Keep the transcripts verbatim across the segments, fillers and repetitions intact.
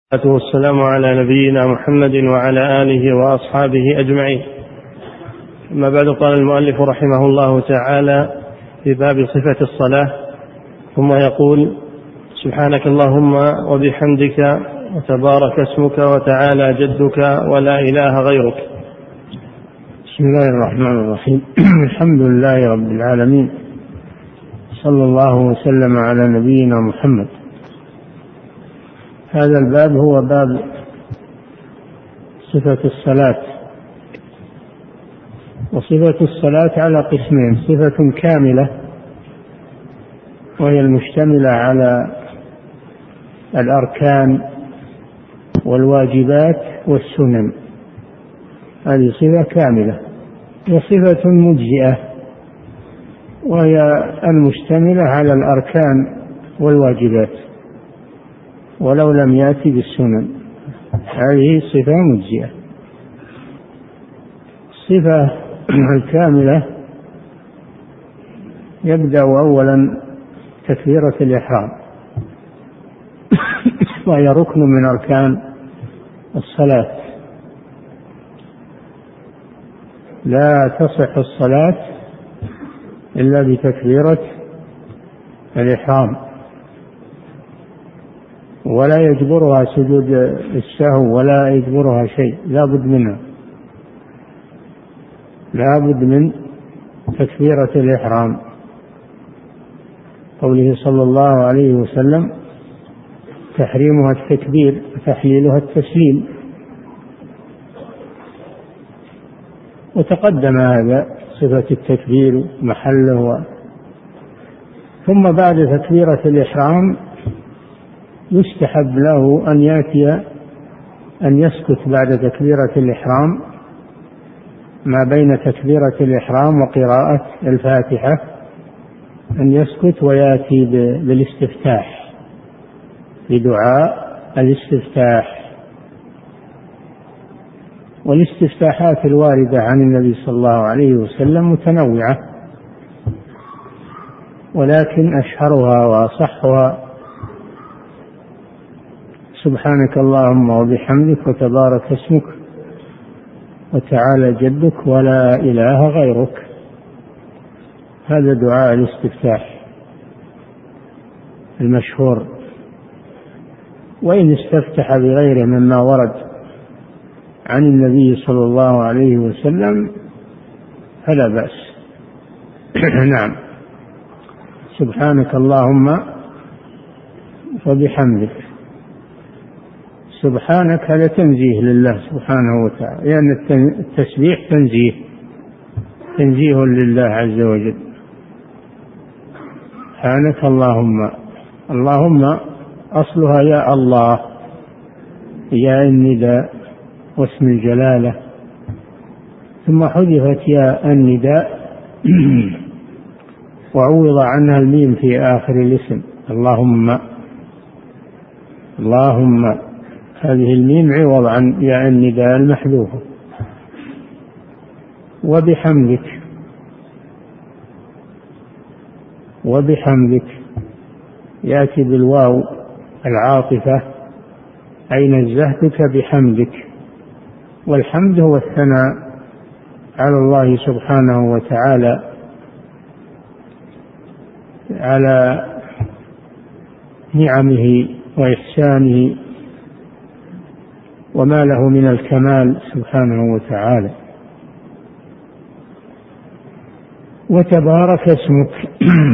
والصلاة والسلام على نبينا محمد وعلى آله وأصحابه أجمعين. أما بعد، قال المؤلف رحمه الله تعالى في باب صفة الصلاة، ثم يقول: سبحانك اللهم وبحمدك وتبارك اسمك وتعالى جدك ولا إله غيرك. بسم الله الرحمن الرحيم. الحمد لله رب العالمين، صلى الله وسلم على نبينا محمد. هذا الباب هو باب صفة الصلاة. وصفة الصلاة على قسمين: صفة كاملة وهي المشتملة على الأركان والواجبات والسنن، هذه صفة كاملة. وصفة مجزئة وهي المشتملة على الأركان والواجبات ولو لم يأتي بالسنن، هذه صفة مجزئة. الصفة الكاملة يبدأ أولا تكبيرة الإحرام، وهي ركن من أركان الصلاة. لا تصح الصلاة إلا بتكبيرة الإحرام، ولا يجبرها سجود السهو ولا يجبرها شيء، لا بد منها، لا بد من تكبيرة الإحرام. قوله صلى الله عليه وسلم: تحريمها التكبير وتحليلها التسليم. وتقدم هذا صفة التكبير محله. ثم بعد تكبيرة الإحرام يستحب له أن يأتي أن يسكت بعد تكبيرة الإحرام ما بين تكبيرة الإحرام وقراءة الفاتحة، أن يسكت ويأتي بالاستفتاح، بدعاء الاستفتاح. والاستفتاحات الواردة عن النبي صلى الله عليه وسلم متنوعة، ولكن أشهرها وأصحها: سبحانك اللهم وبحمدك وتبارك اسمك وتعالى جدك ولا إله غيرك. هذا دعاء الاستفتاح المشهور. وإن استفتح بغيره مما ورد عن النبي صلى الله عليه وسلم فلا بأس. نعم. سبحانك اللهم وبحمدك. سبحانك هذا تنزيه لله سبحانه وتعالى، لأن يعني التسبيح تنزيه تنزيه لله عز وجل. سبحانك اللهم، اللهم أصلها يا الله، يا النداء واسم الجلالة، ثم حذفت يا النداء وعوض عنها الميم في آخر الاسم. اللهم، اللهم هذه الميم عوض عن يا النداء المحذوفة. وبحمدك، وبحمدك يأتي بالواو العاطفة، أي نزهتك بحمدك. والحمد هو الثناء على الله سبحانه وتعالى على نعمه وإحسانه وما له من الكمال سبحانه وتعالى. وتبارك اسمك.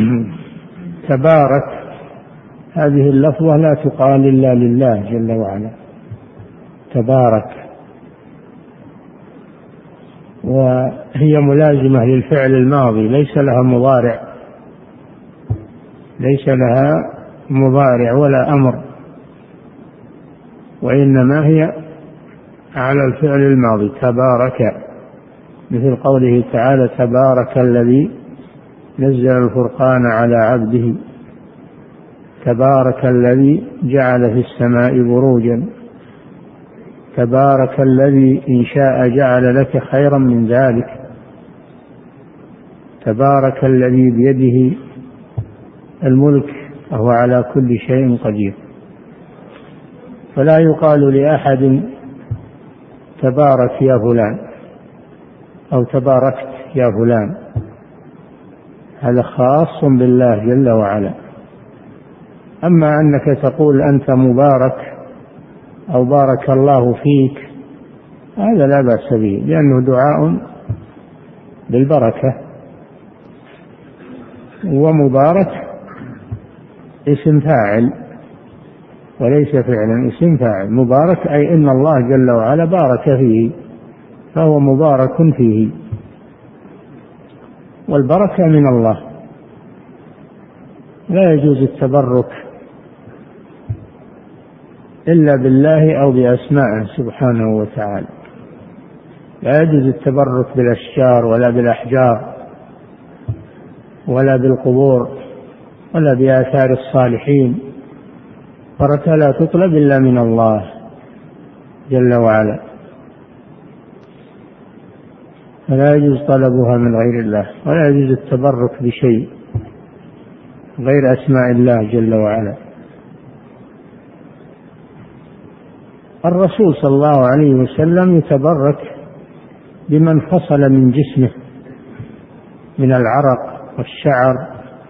تبارك هذه اللفظة لا تقال إلا لله جل وعلا، تبارك، وهي ملازمة للفعل الماضي، ليس لها مضارع، ليس لها مضارع ولا أمر، وإنما هي على الفعل الماضي. تبارك، مثل قوله تعالى: تبارك الذي نزل الفرقان على عبده، تبارك الذي جعل في السماء بروجا، تبارك الذي إن شاء جعل لك خيرا من ذلك، تبارك الذي بيده الملك وهو على كل شيء قدير. فلا يقال لأحد تبارك يا فلان أو تباركت يا فلان، هذا خاص بالله جل وعلا. أما أنك تقول أنت مبارك أو بارك الله فيك هذا لا بأس به، لأنه دعاء بالبركة. ومبارك اسم فاعل وليس فعلا، اسم فاعل. مبارك أي إن الله جل وعلا بارك فيه فهو مبارك فيه، والبركة من الله. لا يجوز التبرك إلا بالله أو بأسمائه سبحانه وتعالى. لا يجوز التبرك بالأشجار ولا بالأحجار ولا بالقبور ولا بآثار الصالحين. بركة لا تطلب إلا من الله جل وعلا، فلا يجوز طلبها من غير الله، ولا يجوز التبرك بشيء غير أسماء الله جل وعلا. الرسول صلى الله عليه وسلم يتبرك بمن فصل من جسمه من العرق والشعر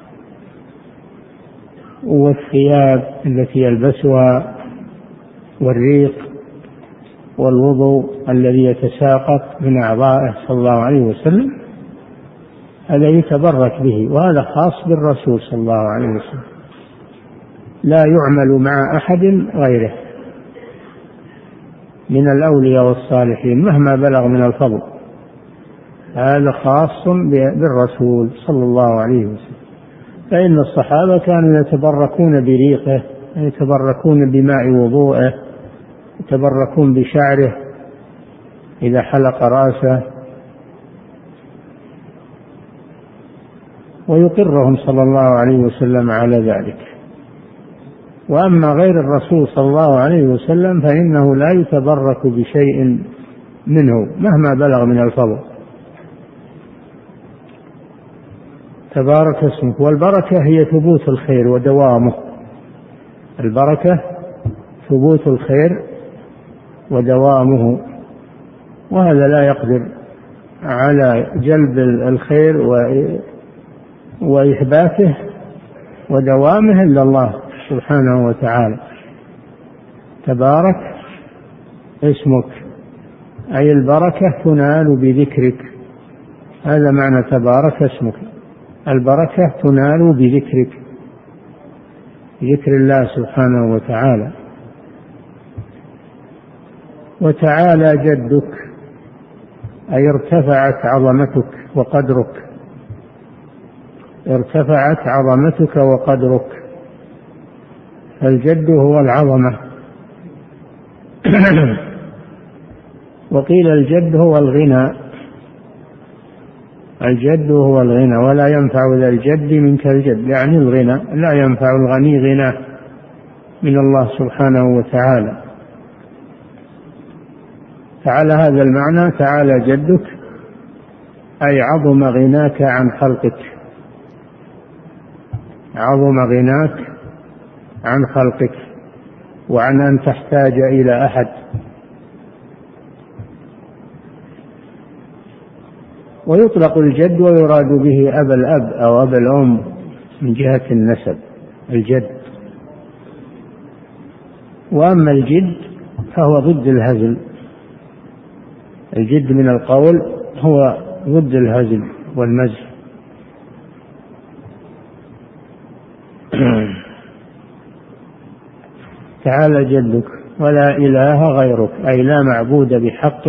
والثياب التي يلبسها والريق والوضوء الذي يتساقط من أعضائه صلى الله عليه وسلم، هذا يتبرك به، وهذا خاص بالرسول صلى الله عليه وسلم، لا يعمل مع أحد غيره من الأولياء والصالحين مهما بلغ من الفضل. هذا خاص بالرسول صلى الله عليه وسلم. فإن الصحابة كانوا يتبركون بريقه، يتبركون بماء وضوءه، يتبركون بشعره إذا حلق رأسه، ويقرهم صلى الله عليه وسلم على ذلك. وأما غير الرسول صلى الله عليه وسلم فإنه لا يتبرك بشيء منه مهما بلغ من الفضل. تبارك اسمك. والبركة هي ثبوت الخير ودوامه. البركة ثبوت الخير ودوامه، وهذا لا يقدر على جلب الخير وإثباته ودوامه إلا الله سبحانه وتعالى. تبارك اسمك أي البركة تنال بذكرك، هذا معنى تبارك اسمك. البركة تنال بذكرك، ذكر الله سبحانه وتعالى. وتعالى جدك أي ارتفعت عظمتك وقدرك، ارتفعت عظمتك وقدرك. الجد هو العظمة. وقيل الجد هو الغنى، الجد هو الغنى. ولا ينفع ذا الجد منك الجد، يعني الغنى. لا ينفع الغني غناه من الله سبحانه وتعالى. تعالى هذا المعنى، تعالى جدك أي عظم غناك عن خلقك، عظم غناك عن خلقك وعن أن تحتاج إلى أحد. ويطلق الجد ويراد به أبا الأب أو أبا الأم من جهة النسب، الجد. وأما الجد فهو ضد الهزل. الجد من القول هو ضد الهزل والمزح. تعالى جدك ولا إله غيرك أي لا معبود بحق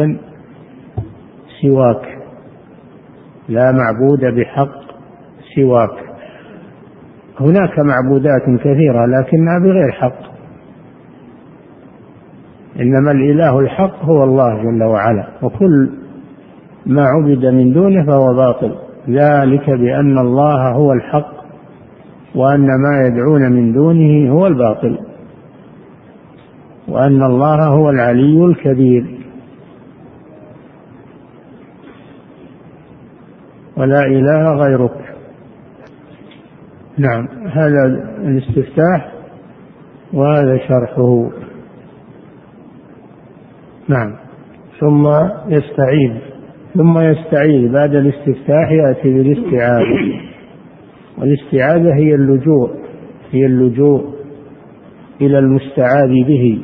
سواك، لا معبود بحق سواك. هناك معبودات كثيرة لكنها بغير حق، إنما الإله الحق هو الله جل وعلا، وكل ما عبد من دونه فهو باطل. ذلك بأن الله هو الحق وأن ما يدعون من دونه هو الباطل، وأن الله هو العلي الكبير. ولا إله غيرك. نعم، هذا الاستفتاح وهذا شرحه. نعم. ثم يستعيذ ثم يستعيذ بعد الاستفتاح يأتي بالاستعاذة، والاستعاذة هي اللجوء هي اللجوء إلى المستعاذ به.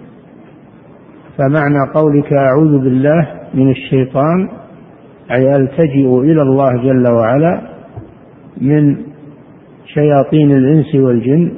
فمعنى قولك أعوذ بالله من الشيطان أي ألتجئ إلى الله جل وعلا من شياطين الإنس والجن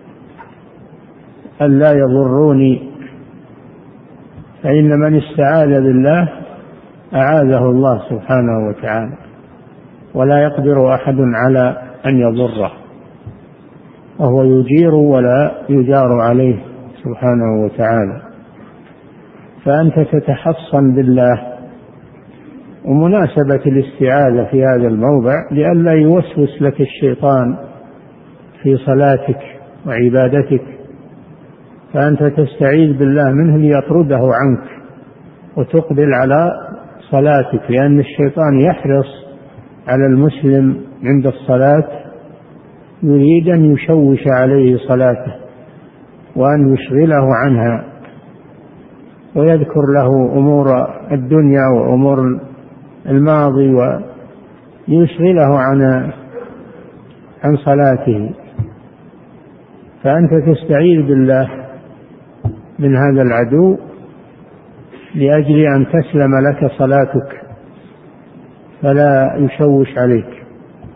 ألا يضروني، فإن من استعاذ بالله أعاذه الله سبحانه وتعالى، ولا يقدر أحد على أن يضره، وهو يجير ولا يجار عليه سبحانه وتعالى. فأنت تتحصن بالله. ومناسبة الاستعاذة في هذا الموضع لئلا يوسوس لك الشيطان في صلاتك وعبادتك، فأنت تستعيذ بالله منه ليطرده عنك وتقبل على صلاتك، لأن الشيطان يحرص على المسلم عند الصلاة، يريد أن يشوش عليه صلاته وأن يشغله عنها ويذكر له أمور الدنيا وأمور الماضي ويشغله عن عن صلاته. فأنت تستعيذ بالله من هذا العدو لأجل أن تسلم لك صلاتك فلا يشوش عليك.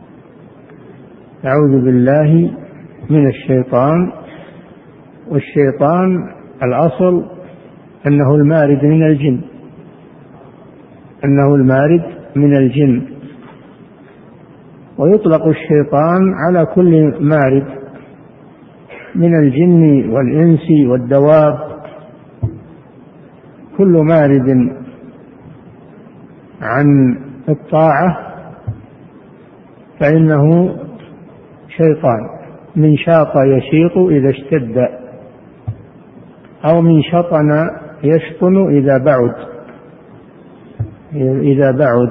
أعوذ بالله من الشيطان. والشيطان الأصل أنه المارد من الجن أنه المارد من الجن ويطلق الشيطان على كل مارد من الجن والإنس والدواب، كل مارد عن الطاعة فإنه شيطان. من شاط يشيط إذا اشتد، أو من شطن يشطن إذا بعد إذا بعد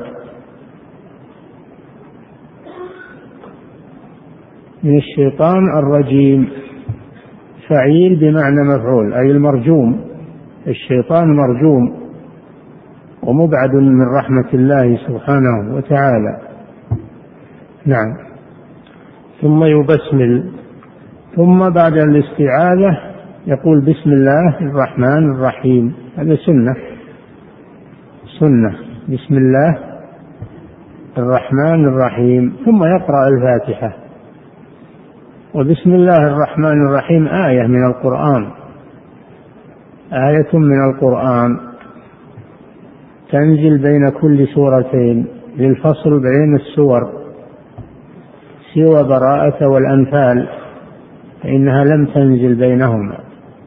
من الشيطان الرجيم. فعيل بمعنى مفعول أي المرجوم. الشيطان مرجوم ومبعد من رحمة الله سبحانه وتعالى. نعم. ثم يبسمل. ثم بعد الاستعاذة يقول بسم الله الرحمن الرحيم. هذا سنة سنة بسم الله الرحمن الرحيم، ثم يقرأ الفاتحة. وبسم الله الرحمن الرحيم آية من القرآن آية من القرآن تنزل بين كل سورتين للفصل بين السور، سوى براءة والأنفال فإنها لم تنزل بينهما،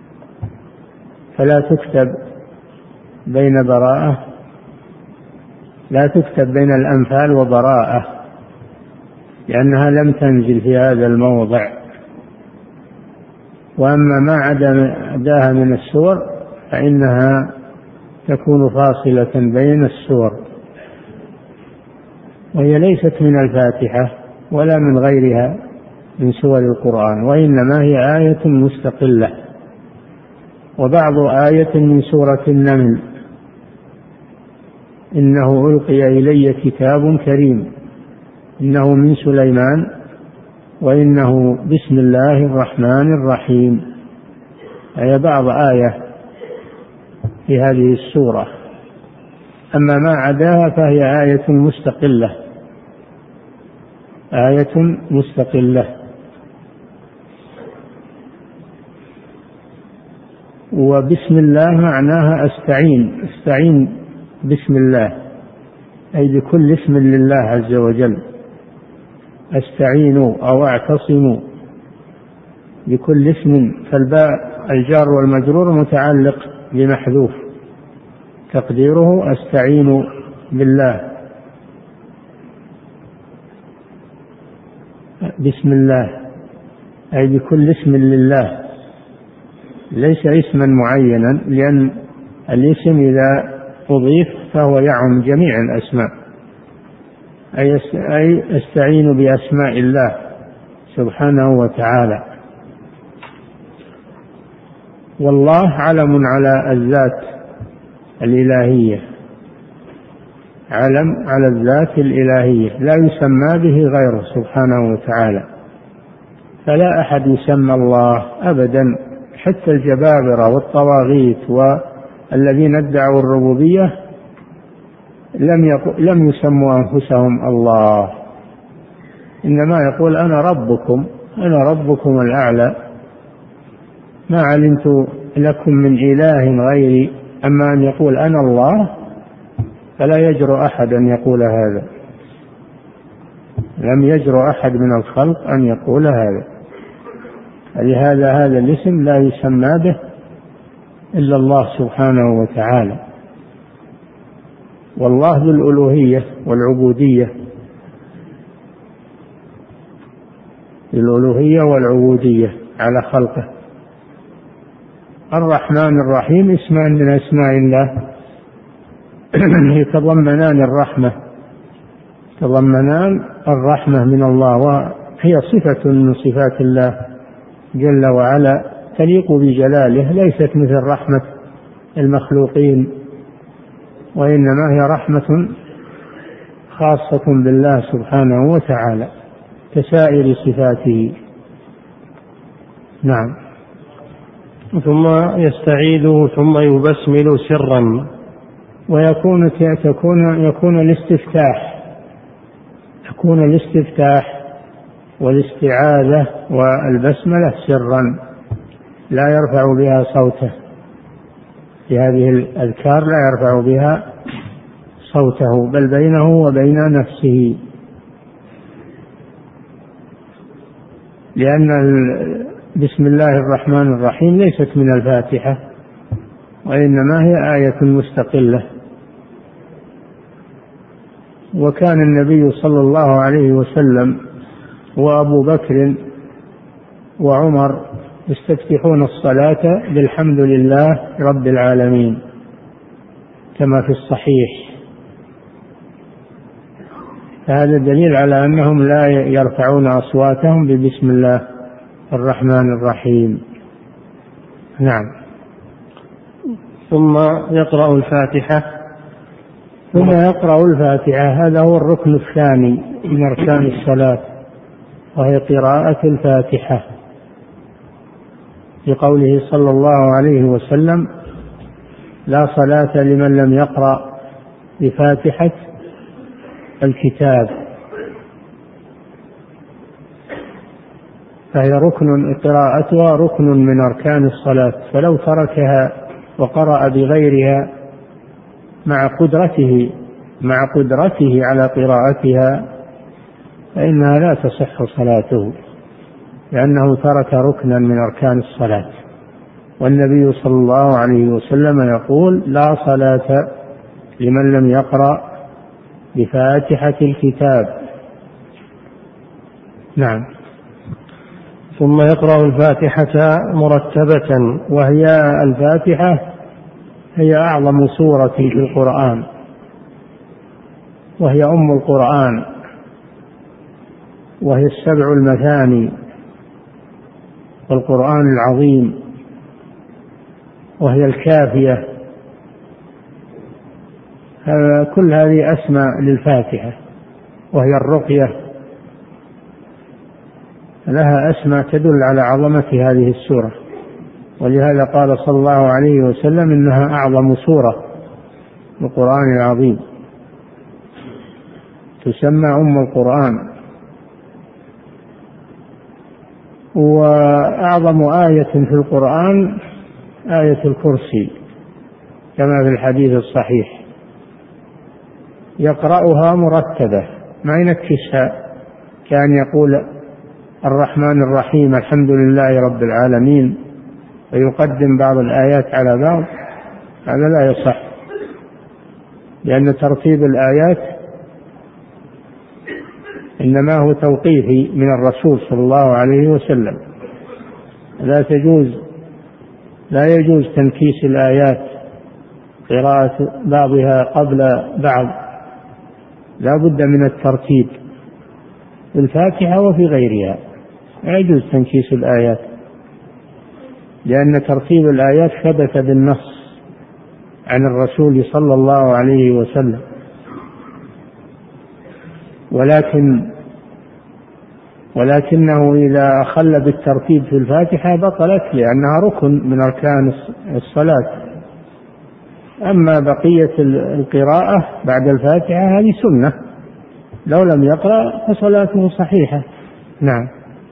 فلا تكتب بين براءة لا تكتب بين الأنفال وبراءة لأنها لم تنزل في هذا الموضع. وأما ما عداها من السور فإنها تكون فاصلة بين السور، وهي ليست من الفاتحة ولا من غيرها من سور القرآن، وإنما هي آية مستقلة. وبعض آية من سورة النمل إنه ألقي إلي كتاب كريم إنه من سليمان وإنه بسم الله الرحمن الرحيم، هي بعض آية في هذه السورة. أما ما عداها فهي آية مستقلة آية مستقلة. وبسم الله معناها أستعين أستعين بسم الله أي بكل اسم لله عز وجل. أستعين أو أعتصم بكل اسم، فالباء الجار والمجرور متعلق بمحذوف تقديره أستعين بالله. بسم الله أي بكل اسم لله، ليس اسما معينا، لأن الاسم إذا أضيف فهو يعم جميع الأسماء. أي أستعين بأسماء الله سبحانه وتعالى. والله علم على الذات الإلهية، علم على الذات الإلهية لا يسمى به غيره سبحانه وتعالى. فلا أحد يسمى الله أبدا، حتى الجبابرة والطواغيت والذين ادعوا الربوبية لم لم يسموا أنفسهم الله، إنما يقول أنا ربكم، أنا ربكم الأعلى، ما علمت لكم من إله غيري. أما أن يقول أنا الله فلا يجرؤ أحد أن يقول هذا، لم يجرؤ أحد من الخلق أن يقول هذا. لهذا هذا الاسم لا يسمى به إلا الله سبحانه وتعالى. والله ذو الألوهية والعبودية، الألوهية والعبودية على خلقه. الرحمن الرحيم اسمان من أسماء الله يتضمنان الرحمة، يتضمنان الرحمة من الله، وهي صفة من صفات الله جل وعلا تليق بجلاله، ليست مثل رحمة المخلوقين، وإنما هي رحمة خاصة بالله سبحانه وتعالى كسائر صفاته. نعم. ثم يستعيذ ثم يبسمل سرا، ويكون تكون يكون الاستفتاح يكون الاستفتاح والاستعاذة والبسملة سرا، لا يرفع بها صوته، في هذه الأذكار لا يرفع بها صوته، بل بينه وبين نفسه، لأن بسم الله الرحمن الرحيم ليست من الفاتحة، وإنما هي آية مستقلة. وكان النبي صلى الله عليه وسلم وأبو بكر وعمر يستفتحون الصلاة بالحمد لله رب العالمين كما في الصحيح، فهذا دليل على أنهم لا يرفعون أصواتهم ببسم الله الرحمن الرحيم. نعم. ثم يقرأ الفاتحة ثم يقرأ الفاتحة، هذا هو الركن الثاني من أركان الصلاة، وهي قراءة الفاتحة، لقوله صلى الله عليه وسلم لا صلاة لمن لم يقرأ بفاتحة الكتاب، فهي ركن، قراءتها ركن من أركان الصلاة، فلو تركها وقرأ بغيرها مع قدرته مع قدرته على قراءتها فإنها لا تصح صلاته، لأنه ترك ركنا من أركان الصلاة. والنبي صلى الله عليه وسلم يقول لا صلاة لمن لم يقرأ بفاتحة الكتاب. نعم. ثم يقرأ الفاتحة مرتبة، وهي الفاتحة هي أعظم سورة في القرآن، وهي أم القرآن، وهي السبع المثاني والقرآن العظيم، وهي الكافية. كل هذه أسماء للفاتحة، وهي الرقية، لها أسماء تدل على عظمة هذه السورة، ولهذا قال صلى الله عليه وسلم إنها أعظم سورة في القرآن العظيم، تسمى أم القرآن. وأعظم آية في القرآن آية الكرسي كما في الحديث الصحيح، يقرأها مرتبة ما ينكسها، كان يقول الرحمن الرحيم الحمد لله رب العالمين ويقدم بعض الآيات على بعض، هذا لا يصح، لأن ترتيب الآيات إنما هو توقيفي من الرسول صلى الله عليه وسلم، لا تجوز لا يجوز تنكيس الآيات، قراءة بعضها قبل بعض، لا بد من الترتيب في الفاتحة وفي غيرها، لا يجوز تنكيس الآيات، لأن ترتيب الآيات ثبت بالنص عن الرسول صلى الله عليه وسلم، ولكن ولكنه إذا أخل بالترتيب في الفاتحة بطلت، لأنها ركن من أركان الصلاة. أما بقية القراءة بعد الفاتحة هذه سنة، لو لم يقرأ فصلاته صحيحة. نعم.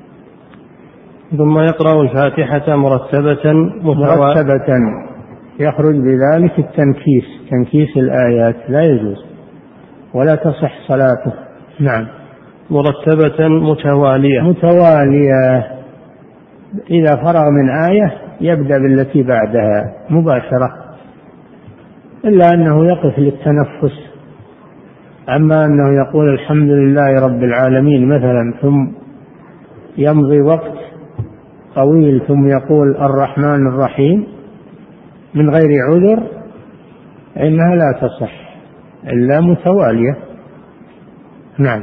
ثم يقرأ الفاتحة مرتبة مرتبة يخرج بذلك التنكيس، تنكيس الآيات لا يجوز ولا تصح صلاته. نعم. مرتبة متوالية متوالية إذا فرغ من آية يبدأ بالتي بعدها مباشرة، إلا أنه يقف للتنفس. أما أنه يقول الحمد لله رب العالمين مثلا ثم يمضي وقت طويل ثم يقول الرحمن الرحيم من غير عذر، إنها لا تصح إلا متوالية. نعم.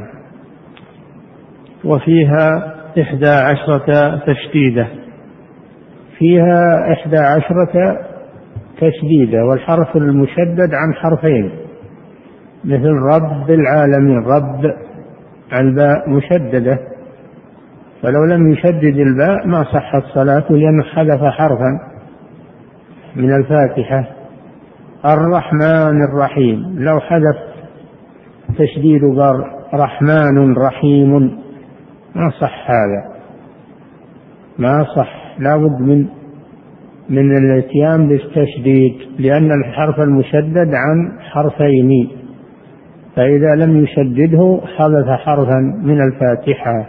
وفيها إحدى عشرة تشديدة، فيها إحدى عشرة تشديدة، والحرف المشدد عن حرفين، مثل رب العالمين، رب الباء مشددة، فلو لم يشدد الباء ما صحت صلاته لأنه حذف حرفا من الفاتحة. الرحمن الرحيم لو حذف تشديد قال رحمن رحيم ما صح، هذا ما صح، لا بد من من الاتيان بالتشديد، لأن الحرف المشدد عن حرفين، فإذا لم يشدده حذف حرفا من الفاتحة.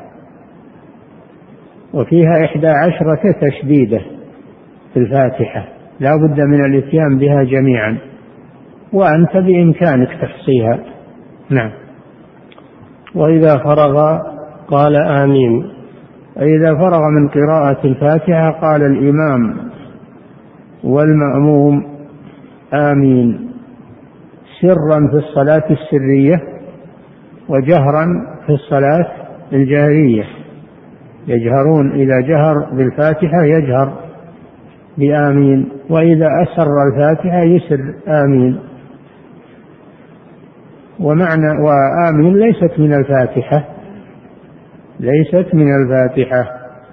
وفيها إحدى عشرة تشديدة في الفاتحة، لا بد من الاتيان بها جميعا، وأنت بإمكانك تحصيها. نعم. وإذا فرغ قال آمين. إذا فرغ من قراءة الفاتحة قال الإمام والمأموم آمين، سرا في الصلاة السرية وجهرا في الصلاة الجهرية. يجهرون، إذا جهر بالفاتحة يجهر بآمين، وإذا أسر الفاتحة يسر آمين. ومعنى وآمين ليست من الفاتحة، ليست من الفاتحة،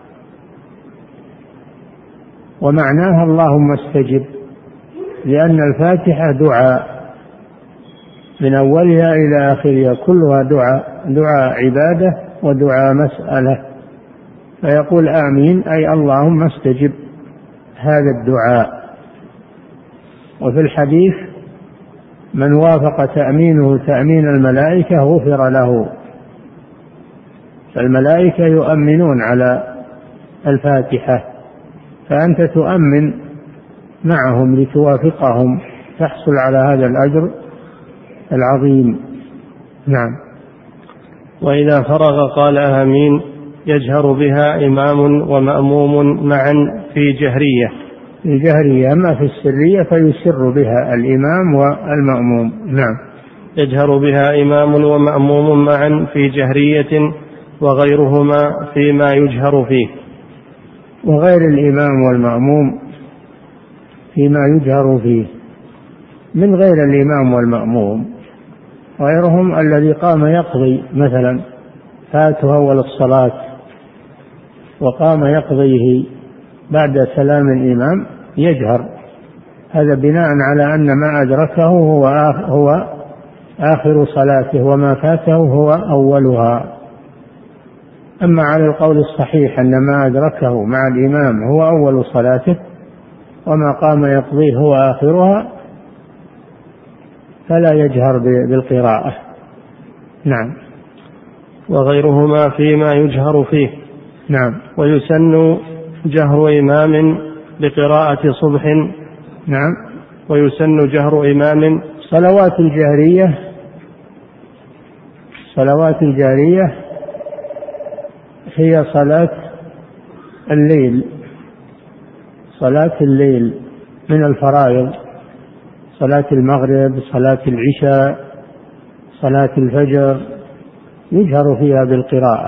ومعناها اللهم استجب، لأن الفاتحة دعاء من أولها إلى آخرها، كلها دعاء، دعاء عبادة ودعاء مسألة، فيقول آمين أي اللهم استجب هذا الدعاء. وفي الحديث من وافق تأمينه تأمين الملائكة غفر له، فالملائكة يؤمنون على الفاتحة، فأنت تؤمن معهم لتوافقهم تحصل على هذا الأجر العظيم. نعم. وإذا فرغ قال آمين، يجهر بها إمام ومأموم معا في جهرية. في جهرية، أما في السرية فيسر بها الإمام والمأموم. نعم. يجهر بها إمام ومأموم معا في جهرية وغيرهما فيما يجهر فيه. وغير الإمام والمأموم فيما يجهر فيه، من غير الإمام والمأموم غيرهم الذي قام يقضي مثلا فاته أول الصلاة وقام يقضيه بعد سلام الإمام يجهر، هذا بناء على أن ما أدركه هو هو آخر صلاته وما فاته هو أولها. أما على القول الصحيح أن ما أدركه مع الإمام هو أول صلاته وما قام يقضيه هو آخرها فلا يجهر بالقراءة. نعم. وغيرهما فيما يجهر فيه. نعم. ويسن جهر إمام بقراءة صبح. نعم. ويسن جهر إمام. صلوات الجهرية، صلوات الجهرية هي صلاة الليل، صلاة الليل من الفرائض، صلاة المغرب، صلاة العشاء، صلاة الفجر، يجهر فيها بالقراءة،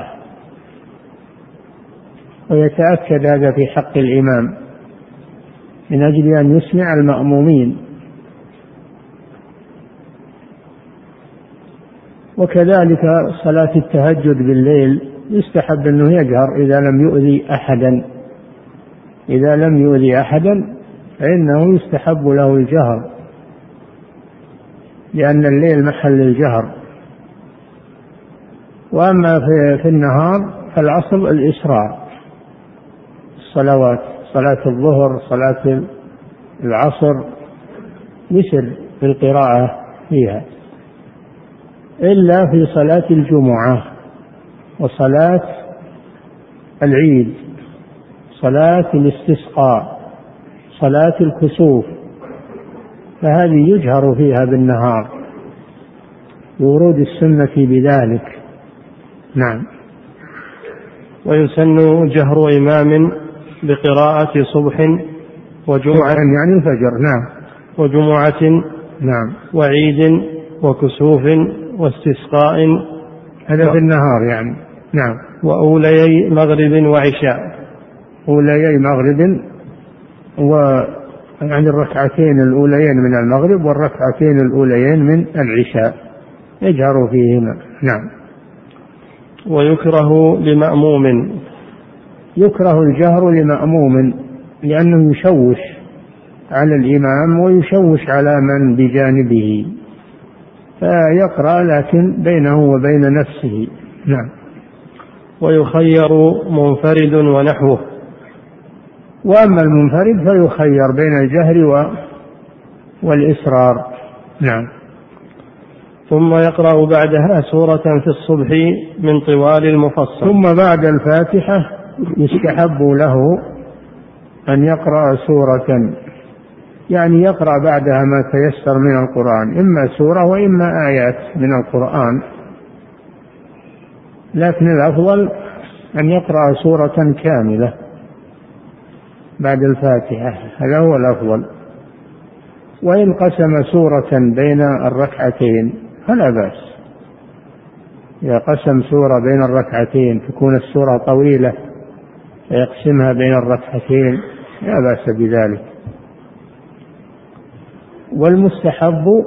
ويتأكد هذا في حق الإمام من أجل أن يسمع المأمومين وكذلك صلاة التهجد بالليل يستحب أنه يجهر إذا لم يؤذي أحدا إذا لم يؤذي أحدا فإنه يستحب له الجهر، لأن الليل محل الجهر. وأما في, في النهار فالأصل الإسراء، الصلوات صلاة الظهر صلاة العصر يسر في القراءة فيها، إلا في صلاة الجمعة وصلاة العيد، صلاة الاستسقاء، صلاة الكسوف، فهذه يجهر فيها بالنهار بورود السنة بذلك. نعم. ويسن جهر إمام بقراءة صبح وجمعة يعني الفجر. نعم. وجمعة نعم. وعيد وكسوف واستسقاء، هذا في النهار يعني. نعم. وأوليي مغرب وعشاء، أوليي مغرب و يعني الركعتين الأوليين من المغرب والركعتين الأوليين من العشاء يجهر فيهما. نعم. ويكره لمأموم، يكره الجهر لمأموم لأنه يشوش على الإمام ويشوش على من بجانبه، فيقرأ لكن بينه وبين نفسه. نعم. ويخير منفرد ونحوه. وأما المنفرد فيخير بين الجهر والإسرار. نعم. ثم يقرأ بعدها سورة في الصبح من طوال المفصل. ثم بعد الفاتحة يستحب له أن يقرأ سورة، يعني يقرأ بعدها ما تيسر من القرآن، إما سورة وإما آيات من القرآن، لكن الأفضل أن يقرأ سورة كاملة بعد الفاتحة، هذا هو الأفضل. وإن قسم سورة بين الركعتين فلا بأس، إذا قسم سورة بين الركعتين تكون السورة طويلة فيقسمها بين الركعتين لا بأس بذلك. والمستحب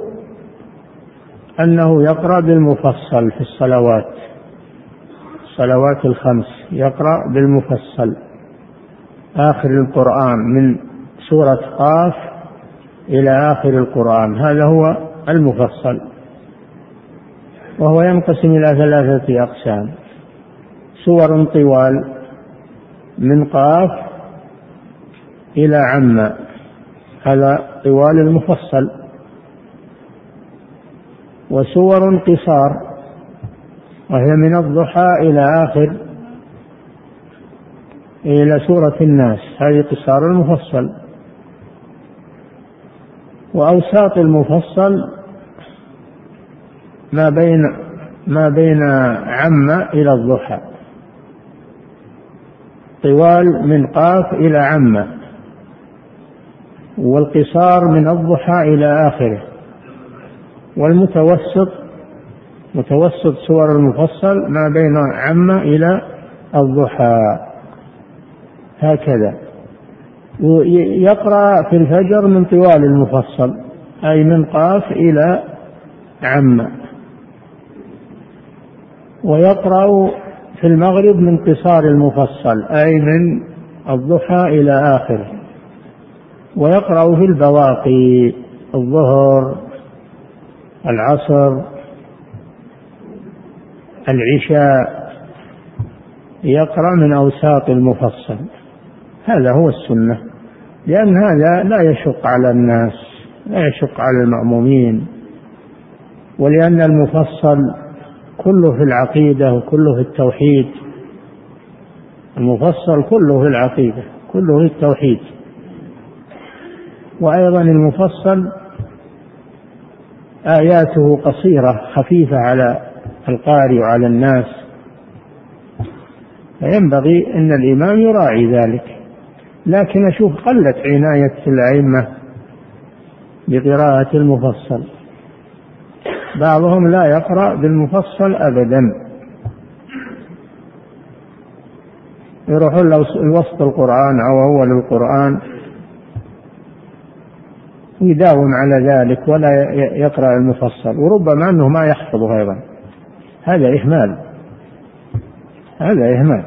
أنه يقرأ بالمفصل في الصلوات، الصلوات الخمس يقرأ بالمفصل آخر القرآن من سورة قاف إلى آخر القرآن، هذا هو المفصل، وهو ينقسم إلى ثلاثة أقسام: سور طوال من قاف إلى عم، هذا طوال المفصل، وسور قصار وهي من الضحى إلى آخر إلى سورة الناس، هذه قصار المفصل. وأوساط المفصل ما بين ما بين عم إلى الضحى، طوال من قاف إلى عم، والقصار من الضحى إلى آخره، والمتوسط متوسط سور المفصل ما بين عم إلى الضحى، هكذا. يقرأ في الفجر من طوال المفصل أي من قاف إلى عم، ويقرأ في المغرب من قصار المفصل أي من الضحى إلى آخره، ويقرأ في البواقي الظهر العصر العشاء، يقرأ من أوساط المفصل، هذا هو السنة، لأن هذا لا يشق على الناس، لا يشق على المأمومين، ولأن المفصل كله في العقيدة وكله في التوحيد، المفصل كله في العقيدة كله في التوحيد. وأيضا المفصل آياته قصيرة خفيفة على القارئ وعلى الناس، فينبغي أن الإمام يراعي ذلك. لكن أشوف قلت عناية الأئمة بقراءة المفصل، بعضهم لا يقرأ بالمفصل أبدا، يروحون لوسط القرآن أو أول القرآن يداوم على ذلك ولا يقرأ المفصل، وربما أنه ما يحفظه أيضا، هذا إهمال، هذا إهمال.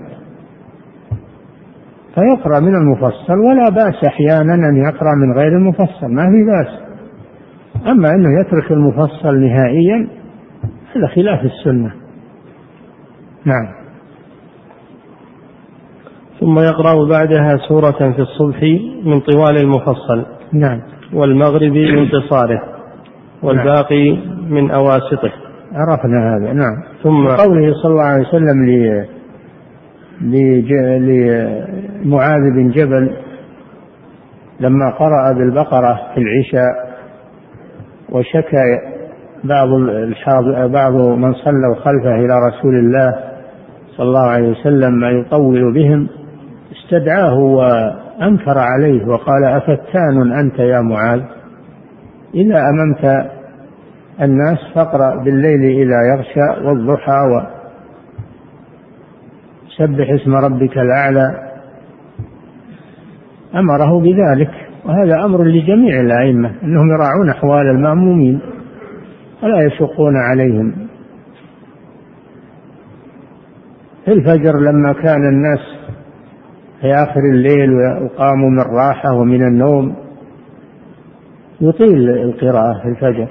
فيقرأ من المفصل، ولا بأس أحيانا أن يقرأ من غير المفصل، ما في بأس. أما أنه يترك المفصل نهائيا هذا خلاف السنة. نعم. ثم يقرأ بعدها سورة في الصبح من طوال المفصل. نعم. والمغرب من قصاره، والباقي نعم. من أواسطه. عرفنا هذا. نعم. ثم قوله صلى الله عليه وسلم لمعاذ بن جبل لما قرأ بالبقرة في العشاء وشكى بعض بعض من صلوا خلفه إلى رسول الله صلى الله عليه وسلم ما يطول بهم، استدعاه وأنكر عليه وقال: أفتان أنت يا معاذ؟ إذا أممت الناس فاقرأ بالليل إذا يغشى والضحى وسبح اسم ربك الأعلى. أمره بذلك، وهذا أمر لجميع الأئمة أنهم يراعون أحوال المأمومين ولا يشقون عليهم. في الفجر لما كان الناس في آخر الليل وقاموا من الراحة ومن النوم يطيل القراءة في الفجر،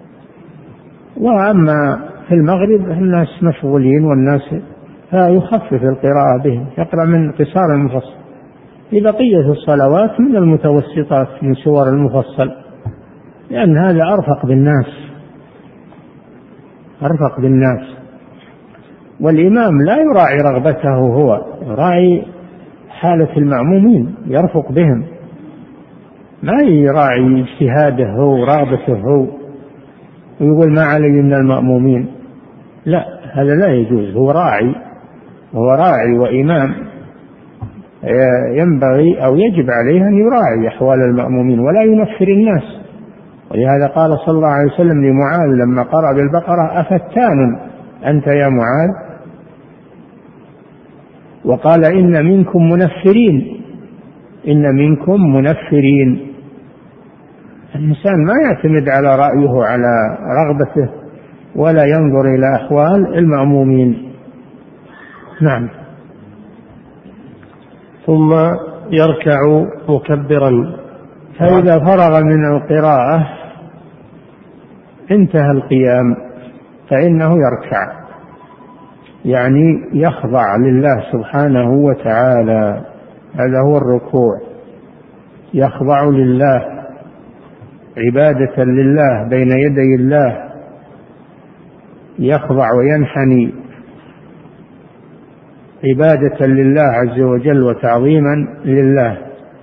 وأما في المغرب الناس مشغولين والناس فيخفف القراءة بهم، يقرأ من قصار المفصل. في بقية الصلوات من المتوسطات من سور المفصل، لأن هذا أرفق بالناس، أرفق بالناس. والإمام لا يراعي رغبته هو، يراعي حالة المأمومين، يرفق بهم، ما يراعي اجتهاده هو ورغبته هو ويقول ما علي من المأمومين. لا، هذا لا يجوز. هو راعي، هو راعي وإمام، ينبغي أو يجب عليه أن يراعي أحوال المأمومين ولا ينفر الناس. ولهذا قال صلى الله عليه وسلم لمعاذ لما قرأ بالبقرة: أفتان أنت يا معاذ؟ وقال: إن منكم منفرين، إن منكم منفرين. الإنسان ما يعتمد على رأيه على رغبته ولا ينظر إلى أحوال المأمومين. نعم. ثم يركع مكبرا، فإذا فرغ من القراءة انتهى القيام فإنه يركع، يعني يخضع لله سبحانه وتعالى. هذا هو الركوع، يخضع لله عبادة لله بين يدي الله، يخضع وينحني عبادة لله عز وجل وتعظيما لله.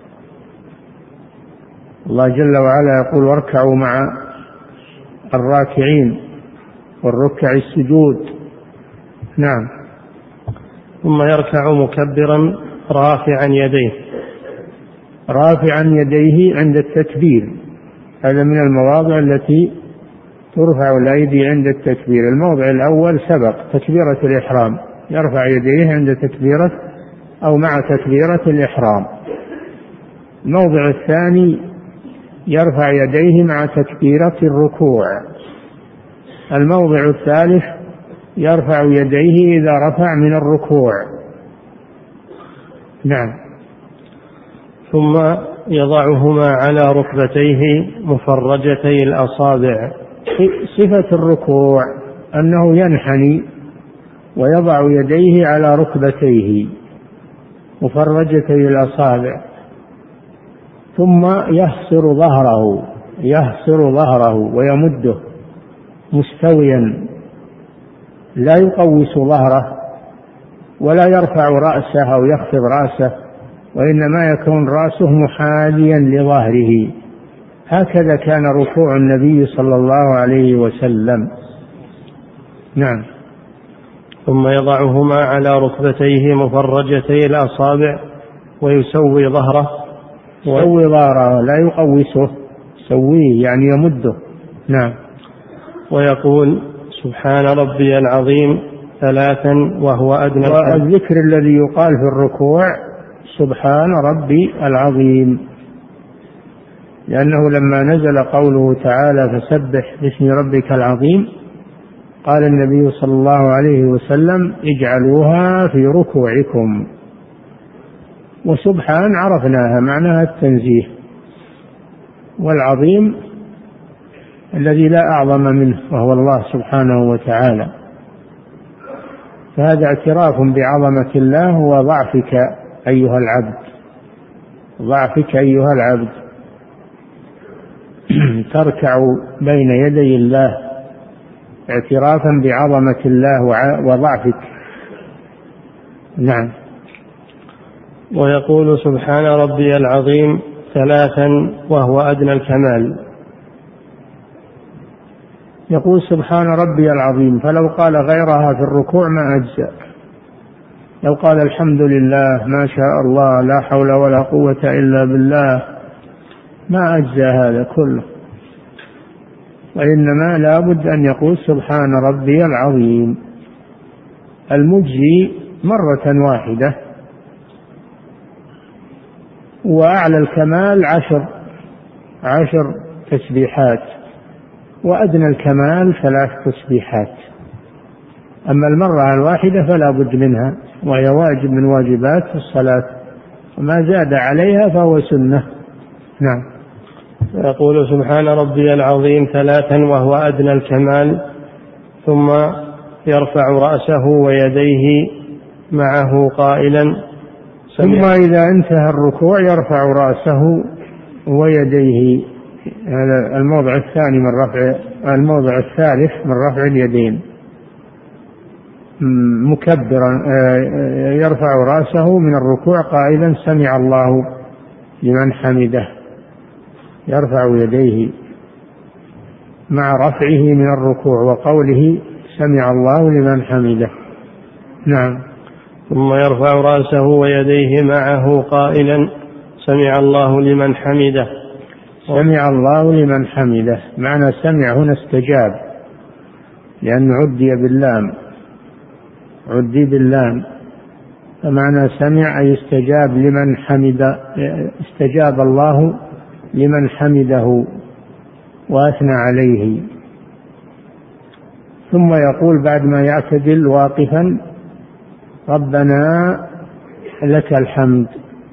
الله جل وعلا يقول: واركعوا مع الراكعين والركع السجود. نعم. ثم يركع مكبرا رافعا يديه، رافعا يديه عند التكبير. هذا من المواضع التي ترفع الأيدي عند التكبير. الموضع الأول سبق تكبيرة الإحرام، يرفع يديه عند تكبيرة أو مع تكبيرة الإحرام. الموضع الثاني يرفع يديه مع تكبيرة الركوع. الموضع الثالث يرفع يديه إذا رفع من الركوع. نعم. ثم يضعهما على ركبتيه مفرجتي الأصابع. صفة الركوع أنه ينحني ويضع يديه على ركبتيه مفرجتي الأصابع، ثم يحصر ظهره، يحصر ظهره ويمده مستويا، لا يقوس ظهره ولا يرفع رأسه أو يخفض رأسه، وإنما يكون رأسه محاذيا لظهره. هكذا كان ركوع النبي صلى الله عليه وسلم. نعم. ثم يضعهما على ركبتيه مفرجتي الأصابع ويسوي ظهره، يسوي ظهره لا يقوسه، يسويه يعني يمده. نعم. ويقول: سبحان ربي العظيم ثلاثا وهو أدنى. والذكر الذي يقال في الركوع سبحان ربي العظيم، لأنه لما نزل قوله تعالى: فسبح باسم ربك العظيم، قال النبي صلى الله عليه وسلم اجعلوها في ركوعكم. وسبحان عرفناها معناها التنزيه، والعظيم الذي لا أعظم منه وهو الله سبحانه وتعالى. فهذا اعتراف بعظمة الله وضعفك أيها العبد، ضعفك أيها العبد تركع بين يدي الله اعترافا بعظمة الله وضعفك. نعم. ويقول سبحان ربي العظيم ثلاثا وهو أدنى الكمال. يقول سبحان ربي العظيم، فلو قال غيرها في الركوع ما أجزأ. لو قال الحمد لله ما شاء الله لا حول ولا قوة إلا بالله ما أجزأ هذا كله، وإنما لا بد أن يقول سبحان ربي العظيم المجزي مرة واحدة. وأعلى الكمال عشر عشر تسبيحات، وأدنى الكمال ثلاث تسبيحات. أما المرة الواحدة فلا بد منها، وهي واجب من واجبات الصلاة، وما زاد عليها فهو سنة. نعم. يقول سبحان ربي العظيم ثلاثا وهو أدنى الكمال، ثم يرفع رأسه ويديه معه قائلا ثم إذا انتهى الركوع يرفع رأسه ويديه. هذا الموضع الثاني من رفع الموضع الثالث من رفع اليدين، مكبرا يرفع رأسه من الركوع قائلا سمع الله لمن حمده، يرفع يديه مع رفعه من الركوع وقوله سمع الله لمن حمده. نعم. ثم يرفع رأسه ويديه معه قائلا سمع الله لمن حمده. سمع الله لمن حمده، معنى سمع هنا استجاب، لأنه عدي باللام، عدي باللام، فمعنى سمع أي استجاب لمن حمد، استجاب الله لمن حمده وأثنى عليه. ثم يقول بعد ما يعتدل واقفا ربنا لك الحمد.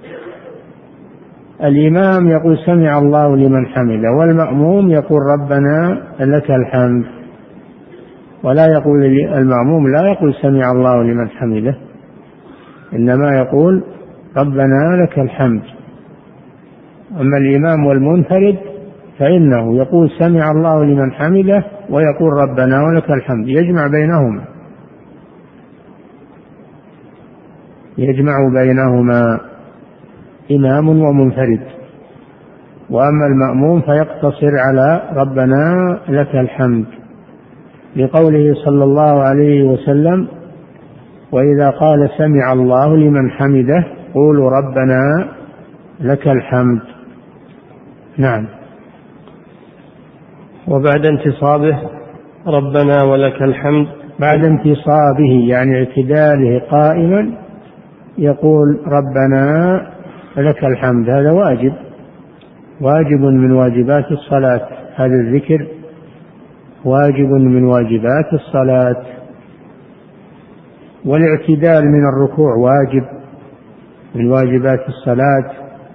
الإمام يقول سمع الله لمن حمده، والمأموم يقول ربنا لك الحمد، ولا يقول المأموم لا يقول سمع الله لمن حمده، إنما يقول ربنا لك الحمد. أما الإمام والمنفرد فإنه يقول سمع الله لمن حمده ويقول ربنا ولك الحمد، يجمع بينهما يجمع بينهما إمام ومنفرد. وأما المأموم فيقتصر على ربنا لك الحمد، لقوله صلى الله عليه وسلم وإذا قال سمع الله لمن حمده قولوا ربنا لك الحمد. نعم. وبعد انتصابه ربنا ولك الحمد، بعد انتصابه يعني اعتداله قائما يقول ربنا لك الحمد، هذا واجب واجب من واجبات الصلاة، هذا الذكر واجب من واجبات الصلاة. والاعتدال من الركوع واجب من واجبات الصلاة.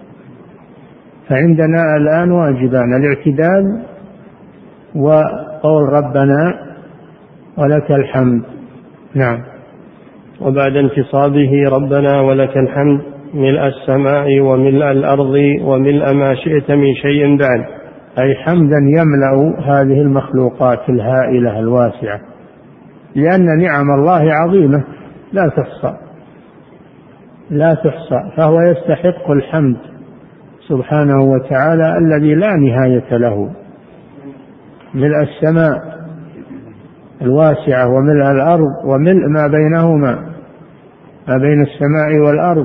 فعندنا الآن واجبان، الاعتدال وقول ربنا ولك الحمد. نعم. وبعد انتصابه ربنا ولك الحمد ملء السماء وملء الأرض وملء ما شئت من شيء بعد، أي حمدا يملأ هذه المخلوقات الهائلة الواسعة، لأن نعم الله عظيمة لا تحصى لا تحصى، فهو يستحق الحمد سبحانه وتعالى الذي لا نهاية له. ملء السماء الواسعة وملء الأرض وملء ما بينهما، ما بين السماء والأرض،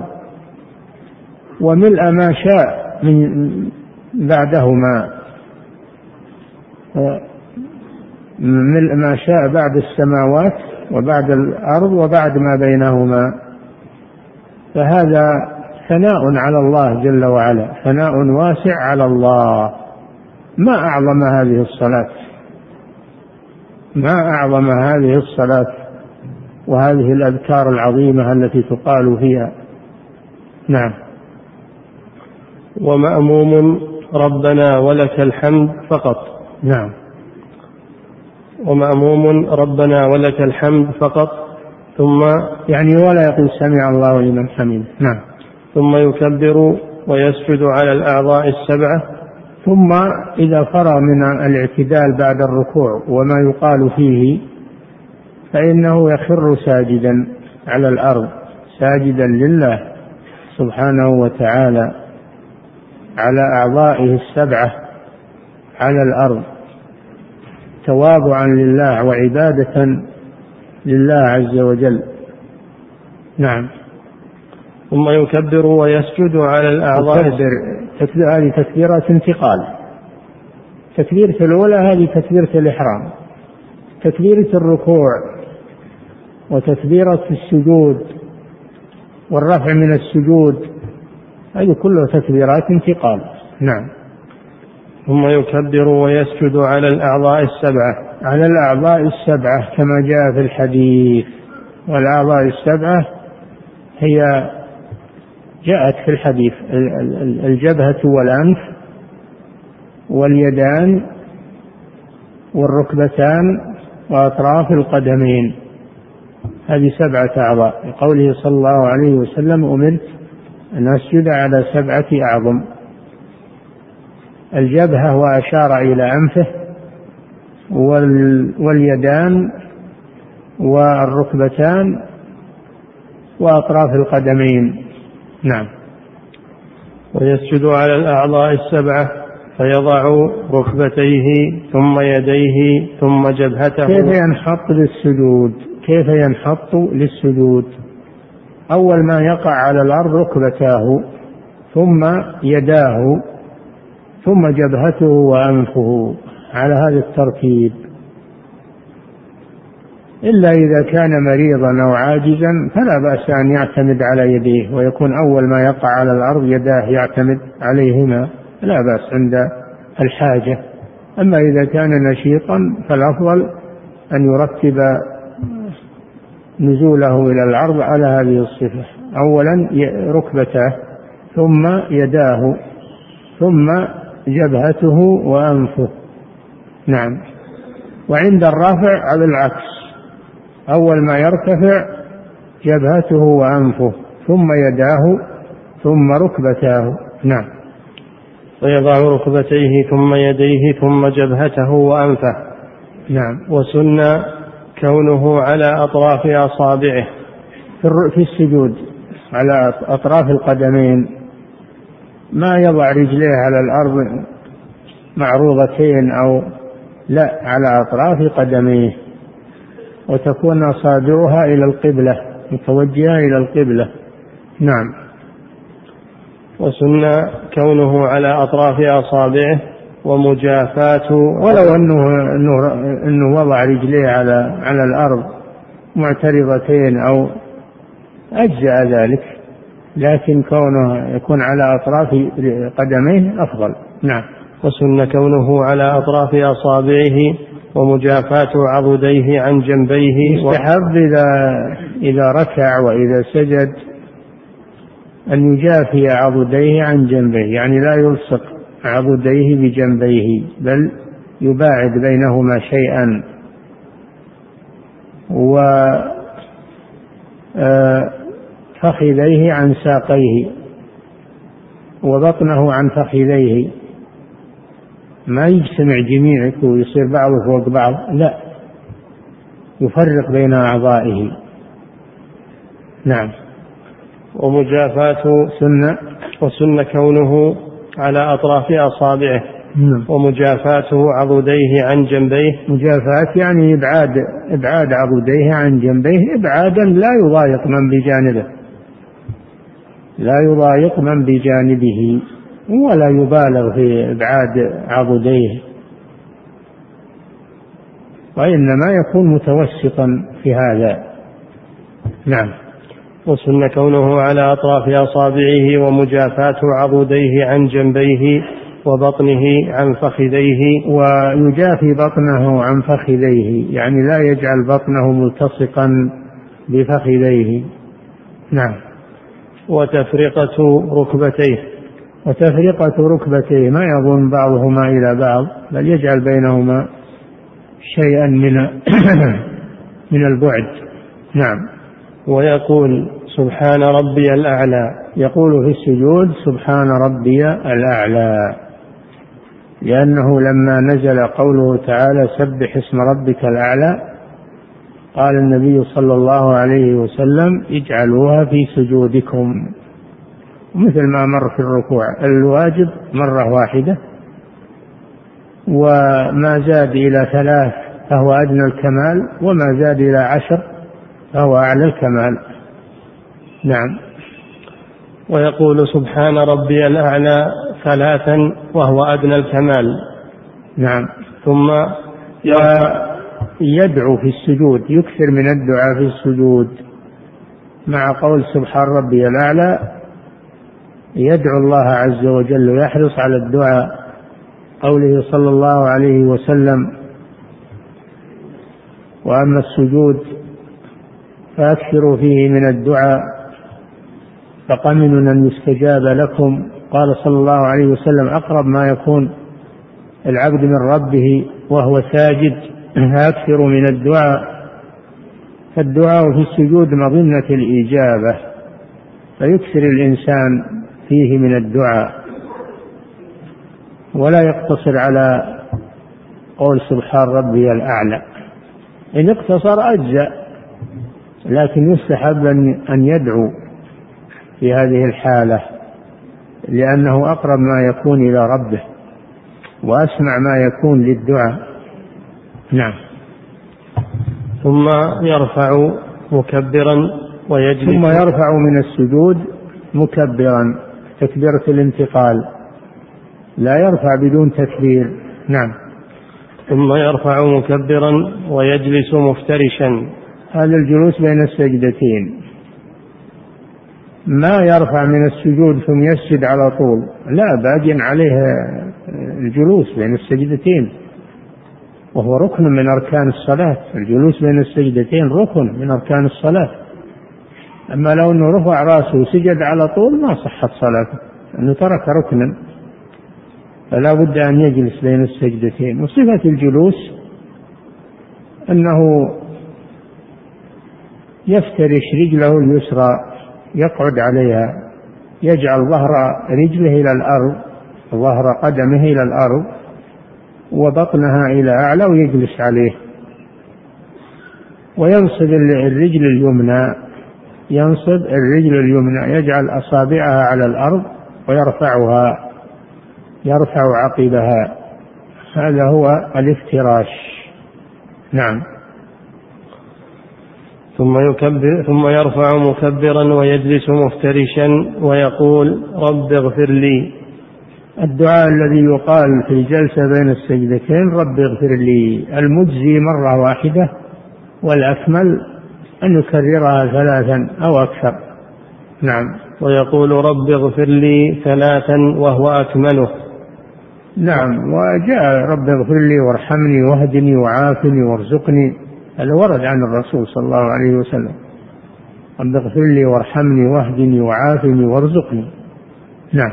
وملء ما شاء من بعدهما، ملء ما شاء بعد السماوات وبعد الأرض وبعد ما بينهما. فهذا ثناء على الله جل وعلا، ثناء واسع على الله. ما أعظم هذه الصلاة، ما أعظم هذه الصلاة وهذه الأذكار العظيمة التي تقال فيها. نعم. ومأموم ربنا ولك الحمد فقط. نعم. ومأموم ربنا ولك الحمد فقط، ثم يعني ولا يقول سمع الله لمن حمده. نعم. ثم يكبر ويسجد على الأعضاء السبعة. ثم إذا فرغ من الاعتدال بعد الركوع وما يقال فيه فإنه يخر ساجدا على الأرض، ساجدا لله سبحانه وتعالى على أعضائه السبعة على الأرض، تواضعا لله وعبادة لله عز وجل. نعم. ثم يكبر ويسجد على الأعضاء. يكبر، هذه تكبيرة انتقال. تكبيرة الأولى هذه تكبيرة الإحرام، تكبيرة الركوع وتكبيرة السجود والرفع من السجود، هذه كلها تكبيرات انتقال. نعم. ثم يكبر ويسجد على الأعضاء السبعة. على الأعضاء السبعة كما جاء في الحديث. والأعضاء السبعة هي جاءت في الحديث: الجبهة والأنف واليدان والركبتان وأطراف القدمين، هذه سبعة أعضاء. قوله صلى الله عليه وسلم: أمرت أن أسجد على سبعة أعظم. الجبهة وأشار إلى أنفه، واليدان والركبتان وأطراف القدمين. نعم. ويسجد على الأعضاء السبعة فيضع ركبتيه ثم يديه ثم جبهته. كيف ينحط للسجود؟ كيف ينحط للسجود؟ أول ما يقع على الأرض ركبتاه ثم يداه ثم جبهته وأنفه، على هذا الترتيب، إلا إذا كان مريضا أو عاجزا فلا بأس أن يعتمد على يديه، ويكون أول ما يقع على الأرض يداه يعتمد عليهما، لا بأس عند الحاجة. أما إذا كان نشيطا فالأفضل أن يرتب نزوله إلى الأرض على هذه الصفة: أولا ركبته ثم يداه ثم جبهته وأنفه. نعم. وعند الرفع على العكس: أول ما يرتفع جبهته وأنفه ثم يداه ثم ركبتاه. نعم. ويضع ركبتيه ثم يديه ثم جبهته وأنفه. نعم. وسن كونه على أطراف أصابعه في السجود على أطراف القدمين، ما يضع رجليه على الأرض معروضتين أو لا، على أطراف قدميه، وتكون أصابعها إلى القبلة، متوجهة إلى القبلة. نعم. وسن كونه على أطراف أصابعه ومجافاة، ولو أنه, أنه, أنه وضع رجليه على, على الأرض معترضتين أو أجزأ ذلك، لكن كونه يكون على أطراف قدميه أفضل. نعم. وسن كونه على أطراف أصابعه ومجافاة عضديه عن جنبيه. يستحب إذا, إذا ركع وإذا سجد أن يجافي عضديه عن جنبيه، يعني لا يلصق عضديه بجنبيه، بل يباعد بينهما شيئا، وفخذيه عن ساقيه وبطنه عن فخذيه، ما يجتمع جميعه ويصير بعضه فوق بعض، لا، يفرق بين أعضائه. نعم. ومجافاة سنة. وسن كونه على أطراف أصابعه. نعم. ومجافاته عضديه عن جنبيه. مجافاة يعني إبعاد إبعاد عضديه عن جنبيه إبعادا لا يضايق من بجانبه، لا يضايق من بجانبه، ولا يبالغ في إبعاد عضديه، وإنما يكون متوسطا في هذا. نعم. وسن كونه على أطراف أصابعه ومجافاة عضديه عن جنبيه وبطنه عن فخذيه، ويجافي بطنه عن فخذيه، يعني لا يجعل بطنه ملتصقا بفخذيه. نعم. وتفرقة ركبتيه، وتفرقة ركبتيه، ما يضم بعضهما إلى بعض، بل يجعل بينهما شيئا من من البعد. نعم. ويقول سبحان ربي الأعلى، يقول في السجود سبحان ربي الأعلى، لأنه لما نزل قوله تعالى سبح اسم ربك الأعلى قال النبي صلى الله عليه وسلم اجعلوها في سجودكم، مثل ما مر في الركوع، الواجب مرة واحدة، وما زاد إلى ثلاث فهو أدنى الكمال، وما زاد إلى عشر فهو أعلى الكمال. نعم. ويقول سبحان ربي الأعلى ثلاثا وهو أدنى الكمال. نعم. ثم يدعو في السجود، يكثر من الدعاء في السجود، مع قول سبحان ربي الأعلى يدعو الله عز وجل ويحرص على الدعاء، قوله صلى الله عليه وسلم وأما السجود فأكثروا فيه من الدعاء فقمن أن يستجاب لكم. قال صلى الله عليه وسلم أقرب ما يكون العبد من ربه وهو ساجد فأكثر من الدعاء، فالدعاء في السجود مظنة الإجابة، فيكثر الإنسان فيه من الدعاء، ولا يقتصر على قول سبحان ربي الأعلى، إن اقتصر أجزأ، لكن يستحب أن يدعو في هذه الحالة، لأنه أقرب ما يكون إلى ربه وأسمع ما يكون للدعاء. نعم. ثم يرفع مكبرا ويجلس، ثم يرفع من السجود مكبرا، تكبيرة الانتقال، لا يرفع بدون تكبير. نعم. ثم يرفع مكبرا ويجلس مفترشا، هذا الجلوس بين السجدتين، ما يرفع من السجود ثم يسجد على طول، لا، باقي عليه الجلوس بين السجدتين، وهو ركن من أركان الصلاة، الجلوس بين السجدتين ركن من أركان الصلاة. أما لو أنه رفع رأسه وسجد على طول ما صحت صلاته، أنه ترك ركنا، فلا بد أن يجلس بين السجدتين. وصفة الجلوس أنه يفترش رجله اليسرى يقعد عليها، يجعل ظهر رجله إلى الأرض، ظهر قدمه إلى الأرض، وبطنها إلى أعلى، ويجلس عليه، وينصب الرجل اليمنى، ينصب الرجل اليمنى، يجعل أصابعها على الأرض ويرفعها، يرفع عقبها، هذا هو الافتراش. نعم. ثم يكبر ثم يرفع مكبرا ويجلس مفترشا ويقول رب اغفر لي، الدعاء الذي يقال في الجلسة بين السجدتين رب اغفر لي، المجزي مرة واحدة، والأكمل أن يكررها ثلاثا أو أكثر. نعم. ويقول رب اغفر لي ثلاثا وهو أكمله. نعم. وجاء رب اغفر لي وارحمني واهدني وعافني وارزقني، هذا ورد عن الرسول صلى الله عليه وسلم، رب اغفر لي وارحمني واهدني وعافني وارزقني. نعم.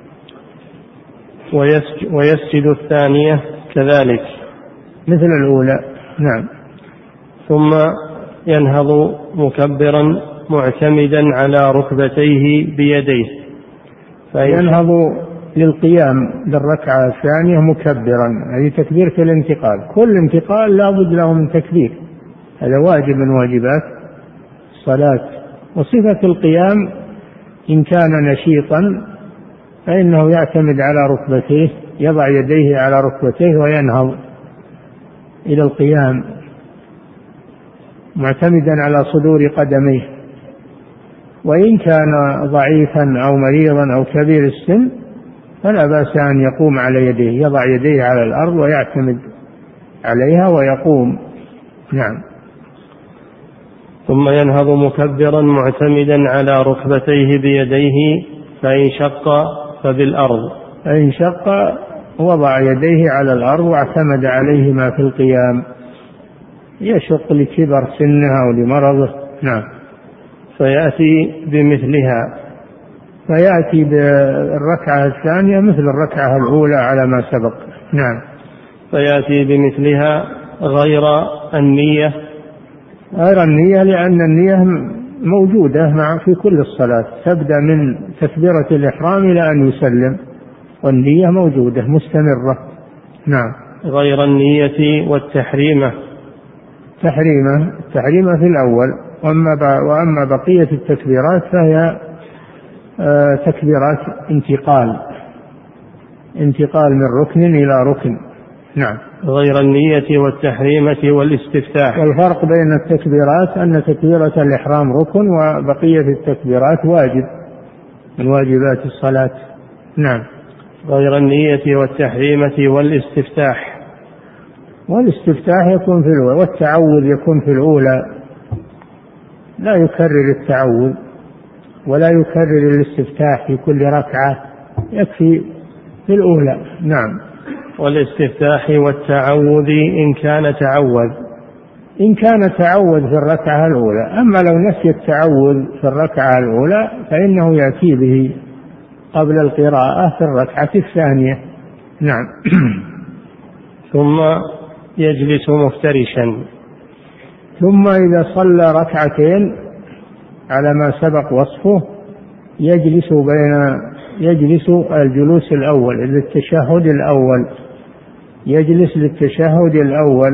ويسجد الثانية كذلك مثل الأولى. نعم. ثم ينهض مكبرا معتمدا على ركبتيه بيديه، ينهض للقيام للركعة الثانية مكبرا، هذه تكبيرة الانتقال، كل انتقال لا بد له من تكبير، هذا واجب من واجبات الصلاة. وصفة القيام إن كان نشيطا فإنه يعتمد على ركبتيه، يضع يديه على ركبتيه وينهض إلى القيام معتمدا على صدور قدميه. وإن كان ضعيفا أو مريضا أو كبير السن فلا بأس أن يقوم على يديه، يضع يديه على الأرض ويعتمد عليها ويقوم. نعم. ثم ينهض مكبرا معتمدا على ركبتيه بيديه، فإن شق فبالأرض، فإن شق وضع يديه على الأرض واعتمد عليهما في القيام، يشق لكبر سنه أو لمرضه. نعم. فيأتي بمثلها فيأتي بالركعة الثانية مثل الركعة الأولى على ما سبق. نعم. فيأتي بمثلها غير النية. غير النية لأن النية موجودة مع في كل الصلاة، تبدأ من تكبيرة الإحرام إلى أن يسلم، والنية موجودة مستمرة. نعم. غير النية والتحريمة. تحريمة التحريمة في الأول، وأما وأما بقية التكبيرات فهي آه تكبيرات انتقال انتقال من ركن إلى ركن. نعم. غير النية والتحريمة والاستفتاح. والفرق بين التكبيرات أن تكبيرة الإحرام ركن، وبقية التكبيرات واجب من واجبات الصلاة. نعم. غير النية والتحريمة والاستفتاح. والاستفتاح يكون في الأولى، والتعوذ يكون في الأولى، لا يكرر التعوذ ولا يكرر الاستفتاح في كل ركعة، يكفي في الأولى. نعم. والاستفتاح والتعوذ إن كان تعوذ. إن كان تعوذ في الركعة الأولى. أما لو نسي التعوذ في الركعة الأولى فإنه يأتي به قبل القراءة في الركعة الثانية. نعم. ثم يجلس مفترشا. ثم إذا صلى ركعتين على ما سبق وصفه يجلس بين يجلس الجلوس الأول للتشهد الأول، يجلس للتشهد الأول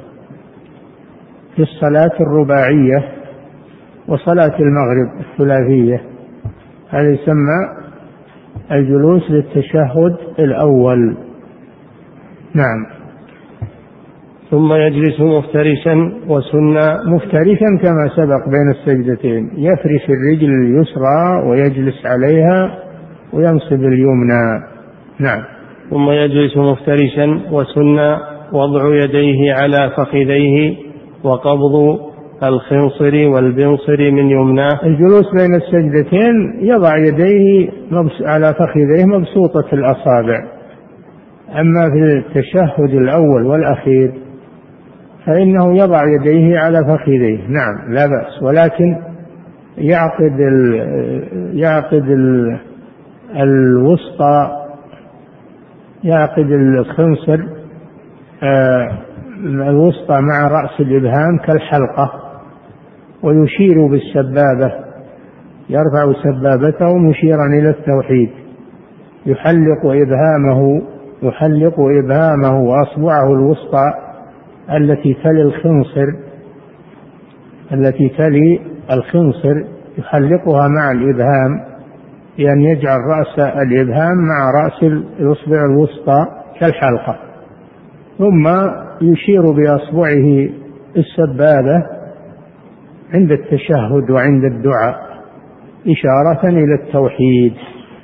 في الصلاة الرباعية وصلاة المغرب الثلاثية، هذا يسمى الجلوس للتشهد الأول. نعم. ثم يجلس مفترشا وسنة. مفترشا كما سبق بين السجدتين، يفرش الرجل اليسرى ويجلس عليها وينصب اليمنى. نعم. ثم يجلس مفترشا وسنة وضع يديه على فخذيه وقبض الخنصر والبنصر من يمناه. الجلوس بين السجدتين يضع يديه على فخذيه مبسوطة الأصابع. أما في التشهد الأول والأخير فإنه يضع يديه على فخذيه. نعم لا بأس، ولكن يعقد ال يعقد ال الوسطى يعقد الخنصر آه الوسطى مع رأس الإبهام كالحلقة، ويشير بالسبابة، يرفع سبابته مشيرا إلى التوحيد، يحلق إبهامه يحلق إبهامه وأصبعه الوسطى التي تلي الخنصر التي تلي الخنصر يحلقها مع الإبهام، بأن يجعل رأس الإبهام مع رأس الإصبع الوسطى كالحلقة، ثم يشير بأصبعه السبابة عند التشهد وعند الدعاء إشارة إلى التوحيد.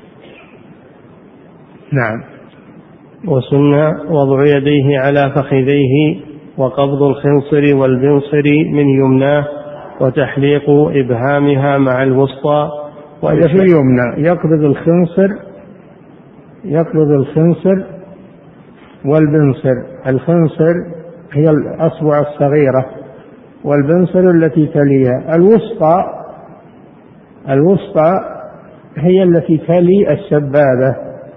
نعم. وسنة وضع يديه على فخذيه وقبض الخنصر والبنصر من يمناه وتحليق إبهامها مع الوسطى. وإذا في اليمنى يقبض الخنصر يقبض الخنصر والبنصر. الخنصر هي الأصبع الصغيرة، والبنصر التي تليها. الوسطى الوسطى هي التي تلي السبابة،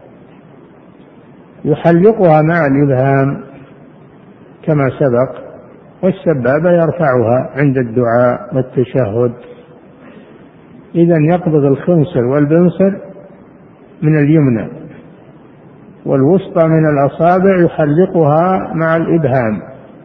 يحلقها مع الإبهام كما سبق، والسبابة يرفعها عند الدعاء والتشهد. إذن يقبض الخنصر والبنصر من اليمنى، والوسطى من الأصابع يحلقها مع الإبهام،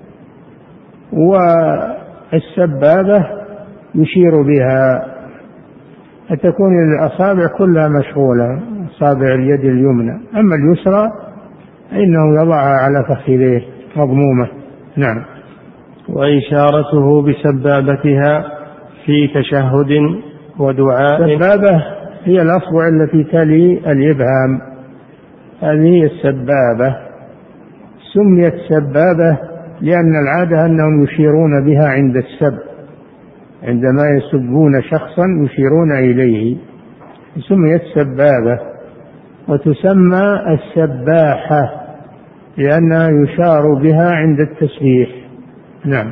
والسبابة يشير بها، فتكون الأصابع كلها مشغولة، أصابع اليد اليمنى. أما اليسرى إنه يضعها على فخذيه مضمومة. نعم. وإشارته بسبابتها في تشهد ودعاء. السبابة هي الأصبع التي تلي الإبهام، هذه السبابة. سميت سبابة لأن العادة أنهم يشيرون بها عند السب، عندما يسبون شخصا يشيرون إليه، سميت سبابة. وتسمى السباحة لأنها يشار بها عند التسبيح. نعم.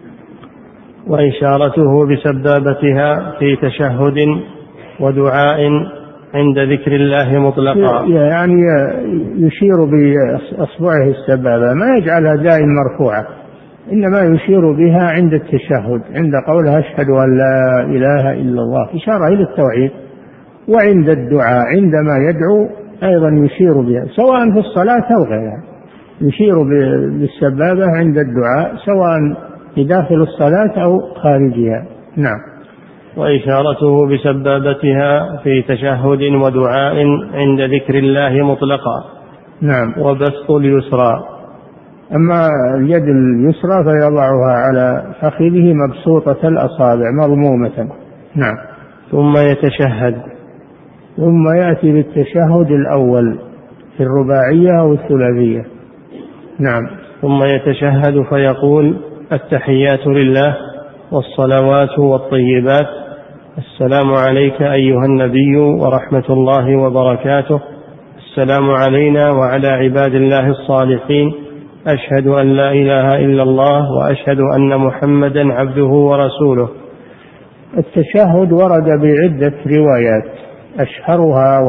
وإشارته بسبابتها في تشهد ودعاء عند ذكر الله مطلقا، يعني يشير بأصبعه السبابة، ما يجعلها دائما مرفوعة، إنما يشير بها عند التشهد، عند قولها أشهد أن لا إله إلا الله، إشارة إلى التوحيد. وعند الدعاء عندما يدعو أيضا يشير بها، سواء في الصلاة أو غيرها، يشير بالسبابة عند الدعاء سواء في داخل الصلاة أو خارجها. نعم. وإشارته بسبابتها في تشهد ودعاء عند ذكر الله مطلقا. نعم. وبسط اليسرى، أما اليد اليسرى فيضعها على فخذه مبسوطة الأصابع مضمومة. نعم. ثم يتشهد، ثم يأتي بالتشهد الأول في الرباعية أو الثلاثية. نعم. ثم يتشهد فيقول: التحيات لله والصلوات والطيبات، السلام عليك أيها النبي ورحمة الله وبركاته، السلام علينا وعلى عباد الله الصالحين، أشهد أن لا إله إلا الله وأشهد أن محمدا عبده ورسوله. التشهد ورد بعدة روايات، أشهرها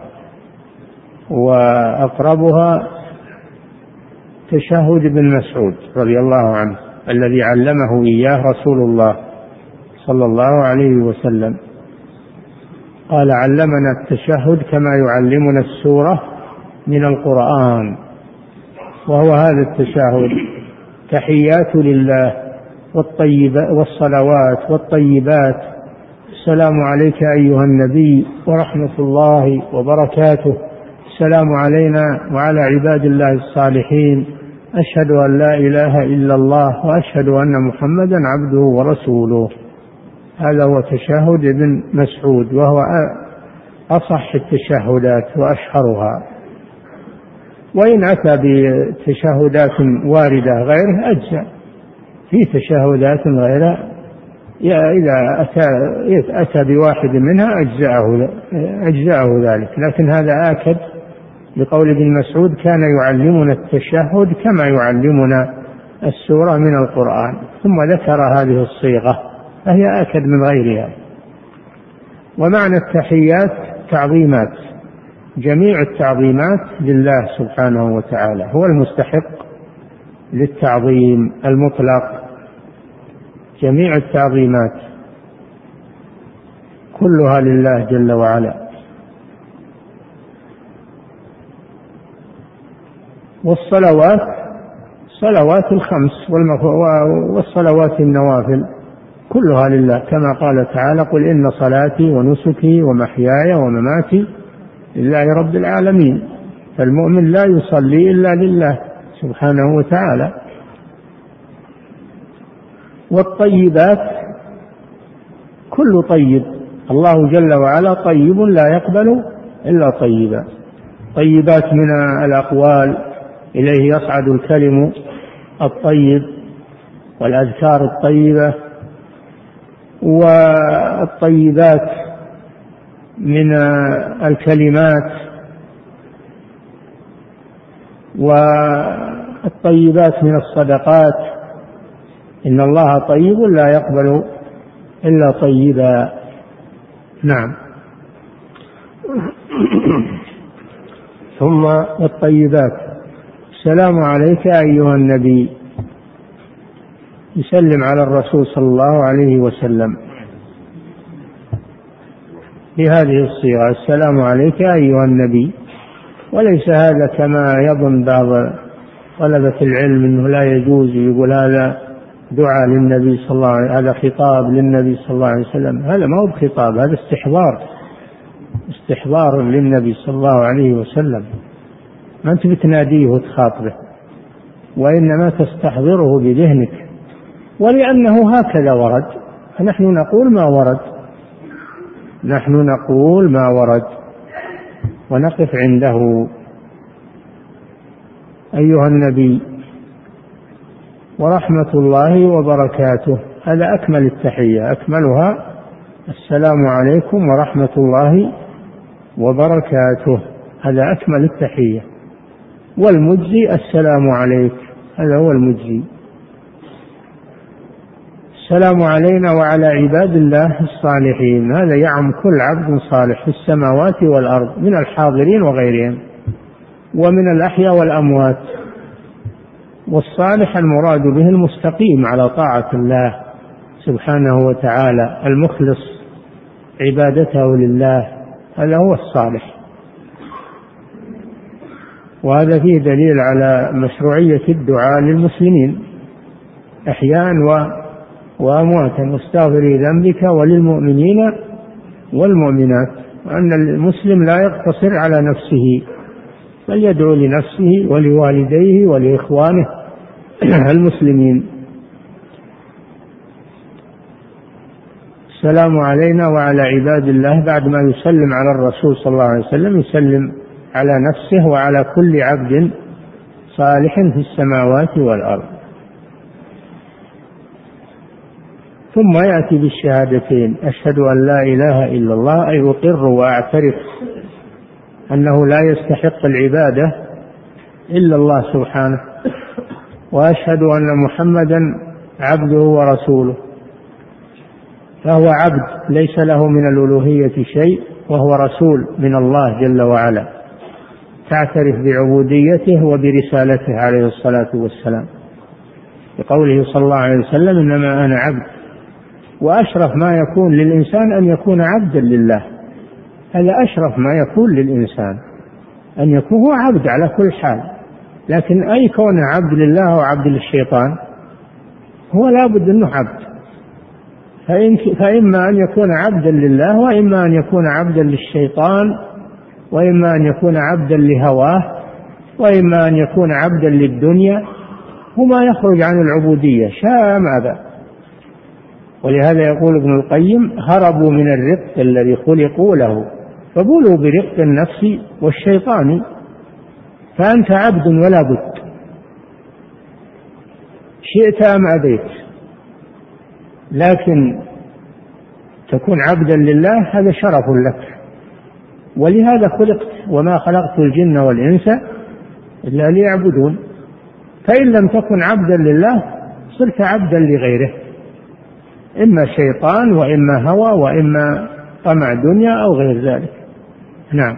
وأقربها تشهد ابن مسعود رضي الله عنه الذي علمه إياه رسول الله صلى الله عليه وسلم، قال: علمنا التشهد كما يعلمنا السورة من القرآن. وهو هذا التشهد: تحيات لله والطيبات والصلوات والطيبات، السلام عليك أيها النبي ورحمة الله وبركاته، السلام علينا وعلى عباد الله الصالحين، أشهد أن لا إله إلا الله وأشهد أن محمدا عبده ورسوله. هذا هو تشهد ابن مسعود، وهو أصح التشهدات وأشهرها. وإن أتى بتشهدات واردة غيره أجزأ، في تشهدات غيره إذا أتى, أتى بواحد منها أجزأه, أجزأه ذلك، لكن هذا آكد بقول ابن مسعود: كان يعلمنا التشهد كما يعلمنا السورة من القرآن. ثم ذكر هذه الصيغة فهي آكد من غيرها. ومعنى التحيات تعظيمات، جميع التعظيمات لله سبحانه وتعالى، هو المستحق للتعظيم المطلق، جميع التعظيمات كلها لله جل وعلا. والصلوات صلوات الخمس والصلوات النوافل كلها لله، كما قال تعالى: قل إن صلاتي ونسكي ومحياي ومماتي لله رب العالمين. فالمؤمن لا يصلي إلا لله سبحانه وتعالى. والطيبات كل طيب، الله جل وعلا طيب لا يقبل إلا طيبا. طيبات من الأقوال، إليه يصعد الكلم الطيب والأذكار الطيبة، والطيبات من الكلمات، والطيبات من الصدقات. إن الله طيب لا يقبل إلا طيبا. نعم. ثم الطيبات: السلام عليك أيها النبي، يسلم على الرسول صلى الله عليه وسلم بهذه الصيغة: السلام عليك أيها النبي. وليس هذا كما يظن بعض طلبة العلم أنه لا يجوز، يقول هذا دعاء للنبي صلى الله عليه وسلم، هذا خطاب للنبي صلى الله عليه وسلم. هذا ما هو بخطاب، هذا استحضار، استحضار للنبي صلى الله عليه وسلم. ما أنت بتناديه وتخاطبه، وإنما تستحضره بذهنك، ولأنه هكذا ورد فنحن نقول ما ورد، نحن نقول ما ورد ونقف عنده. أيها النبي ورحمة الله وبركاته، هذا أكمل التحية، أكملها السلام عليكم ورحمة الله وبركاته. هذا أكمل التحية. والمجزي السلام عليك، هذا هو المجزي. السلام علينا وعلى عباد الله الصالحين، هذا يعم كل عبد صالح في السماوات والأرض من الحاضرين وغيرهم ومن الأحياء والأموات. والصالح المراد به المستقيم على طاعة الله سبحانه وتعالى، المخلص عبادته لله، هذا هو الصالح. وهذا فيه دليل على مشروعية الدعاء للمسلمين أحياء وأمواتا، واستغفري ذنبك وللمؤمنين والمؤمنات، أن المسلم لا يقتصر على نفسه بل يدعو لنفسه ولوالديه ولإخوانه المسلمين. السلام علينا وعلى عباد الله، بعد ما يسلم على الرسول صلى الله عليه وسلم يسلم على نفسه وعلى كل عبد صالح في السماوات والأرض. ثم يأتي بالشهادتين: أشهد أن لا إله إلا الله، أي أقر وأعترف أنه لا يستحق العبادة إلا الله سبحانه، وأشهد أن محمدا عبده ورسوله. فهو عبد ليس له من الألوهية شيء، وهو رسول من الله جل وعلا، تعترف بعبوديته وبرسالته عليه الصلاة والسلام، بقوله صلى الله عليه وسلم: إنما أنا عبد. وأشرف ما يكون للإنسان أن يكون عبدا لله، هذا أشرف ما يكون للإنسان، أن يكون هو عبد على كل حال. لكن أي كون عبد لله وعبد للشيطان، هو لابد أنه عبد، فإما أن يكون عبدا لله، وإما أن يكون عبدا للشيطان، وإما أن يكون عبدا لهواه، وإما أن يكون عبدا للدنيا، وما يخرج عن العبودية شاء ماذا. ولهذا يقول ابن القيم: هربوا من الرق الذي خلقوا له، فبولوا برق النفس والشيطان، فأنت عبد ولا بد، شئت أم أبيت. لكن تكون عبدا لله هذا شرف لك، ولهذا خلقت: وما خلقت الجن والإنس إلا ليعبدون. فإن لم تكن عبدا لله صرت عبدا لغيره، إما شيطان وإما هوى وإما طمع دنيا أو غير ذلك. نعم.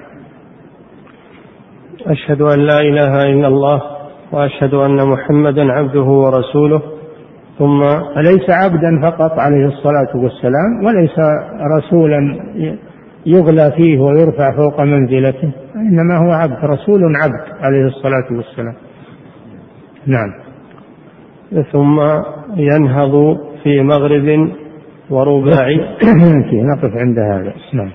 أشهد أن لا إله إلا الله وأشهد أن محمدا عبده ورسوله. ثم ليس عبدا فقط عليه الصلاة والسلام، وليس رسولا يغلى فيه ويرفع فوق منزلته، إنما هو عبد، رسول عبد عليه الصلاة والسلام. نعم. ثم ينهض في مغرب ورباع. نقف عند هذا. نعم.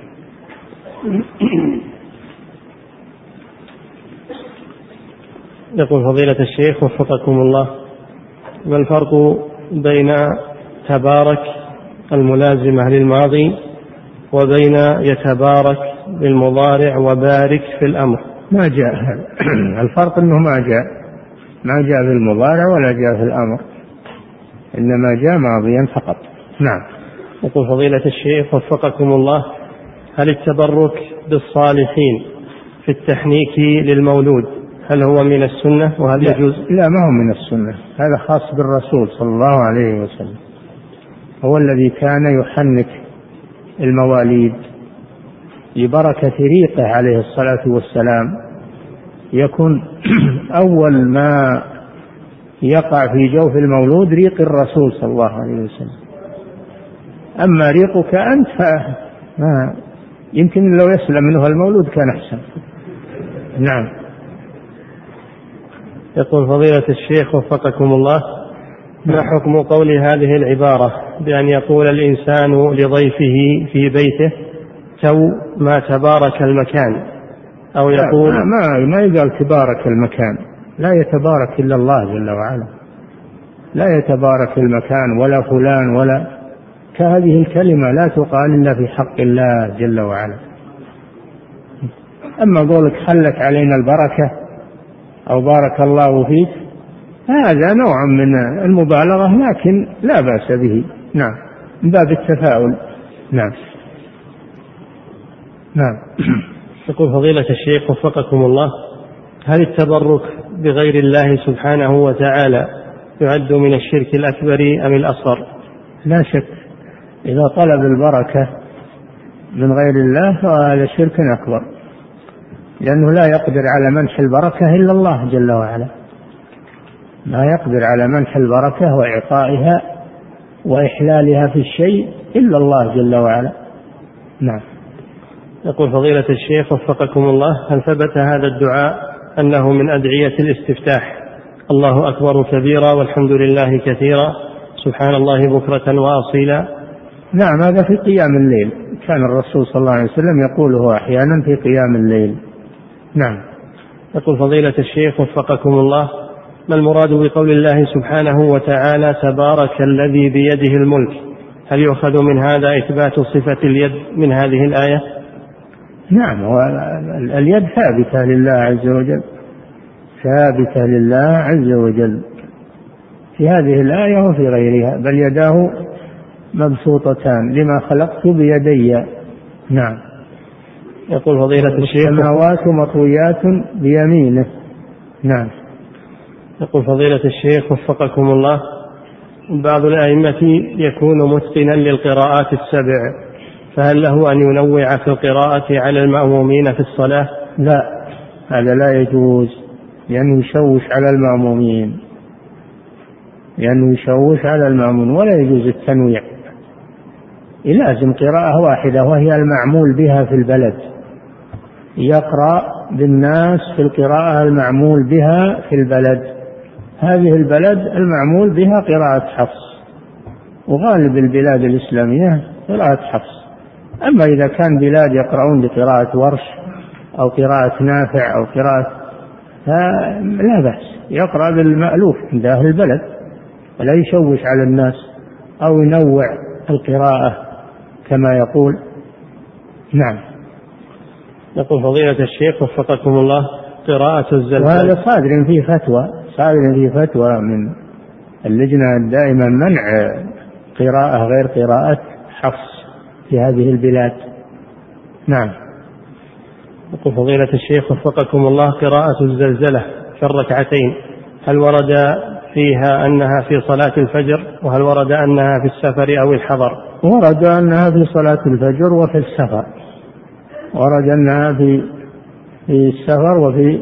يقول فضيلة الشيخ وفقكم الله: ما الفرق بين تبارك الملازمة للماضي وبين يتبارك بالمضارع وبارك في الأمر؟ ما جاء هذا. الفرق أنه ما جاء ما جاء في المضارع ولا جاء في الأمر، إنما جاء ماضيا فقط. نعم. يقول فضيلة الشيخ وفقكم الله: هل التبرك بالصالحين في التحنيك للمولود هل هو من السنة وهل يجوز؟ لا، ما هو من السنة، هذا خاص بالرسول صلى الله عليه وسلم، هو الذي كان يحنك المواليد ببركة ريقه عليه الصلاة والسلام، يكون أول ما يقع في جوف المولود ريق الرسول صلى الله عليه وسلم. أما ريقك أنت فما يمكن لو يسلم منه المولود كان أحسن. نعم. يقول فضيلة الشيخ وفقكم الله: ما حكم قول هذه العبارة بأن يقول الإنسان لضيفه في بيته تو ما تبارك المكان، أو يقول ما ما يقال تبارك المكان، لا يتبارك إلا الله جل وعلا، لا يتبارك المكان ولا فلان، ولا كهذه الكلمة لا تقال إلا في حق الله جل وعلا. أما قولك حلت علينا البركة أو بارك الله فيك، هذا نوع من المبالغة، لكن لا بأس به. نعم، من باب التفاؤل. نعم. نعم. يقول فضيلة الشيخ وفقكم الله: هل التبرك بغير الله سبحانه وتعالى يعد من الشرك الأكبر أم الأصغر؟ لا شك، إذا طلب البركة من غير الله فهذا شرك أكبر، لأنه لا يقدر على منح البركة إلا الله جل وعلا، لا يقدر على منح البركة وإعطائها وإحلالها في الشيء إلا الله جل وعلا. نعم. يقول فضيلة الشيخ وفقكم الله: هل ثبت هذا الدعاء أنه من أدعية الاستفتاح؟ الله أكبر كبيرا والحمد لله كثيرا سبحان الله بكرة وأصيلا. نعم، هذا في قيام الليل، كان الرسول صلى الله عليه وسلم يقوله أحيانا في قيام الليل. نعم. يقول فضيلة الشيخ وفقكم الله: ما المراد بقول الله سبحانه وتعالى تبارك الذي بيده الملك؟ هل يؤخذ من هذا إثبات صفة اليد من هذه الآية؟ نعم، اليد ثابتة لله عز وجل، ثابتة لله عز وجل في هذه الآية وفي غيرها، بل يداه مبسوطتان لما خلقت بيدي. نعم. يقول فضيلة الشيخ: السماوات مطويات بيمينه. نعم. يقول فضيلة الشيخ وفقكم الله: بعض الأئمة يكون متقنا للقراءات السبع، فهل له أن ينوع في القراءة على المأمومين في الصلاة؟ لا، هذا لا يجوز، لأنه يشوش على المأمومين، لأنه يشوش على المأمومين ولا يجوز التنويع، لازم قراءة واحدة وهي المعمول بها في البلد، يقرأ بالناس في القراءة المعمول بها في البلد، هذه البلد المعمول بها قراءة حفص، وغالب البلاد الإسلامية قراءة حفص. أما إذا كان بلاد يقرؤون بقراءة ورش أو قراءة نافع أو قراءة، لا بأس، يقرأ بالمألوف عند أهل البلد ولا يشوش على الناس أو ينوع القراءة كما يقول. نعم. يقول فضيلة الشيخ وفقكم الله: قراءة الزلزال، وهذا صادر فيه فتوى، صادر فيه فتوى من اللجنة الدائمة منع قراءة غير قراءة حفص في هذه البلاد. نعم. يقول فضيلة الشيخ وفقكم الله: قراءة الزلزلة في الركعتين، هل ورد فيها أنها في صلاة الفجر؟ وهل ورد أنها في السفر أو الحضر؟ ورد أنها في صلاة الفجر وفي السفر، ورد أنها في في السفر وفي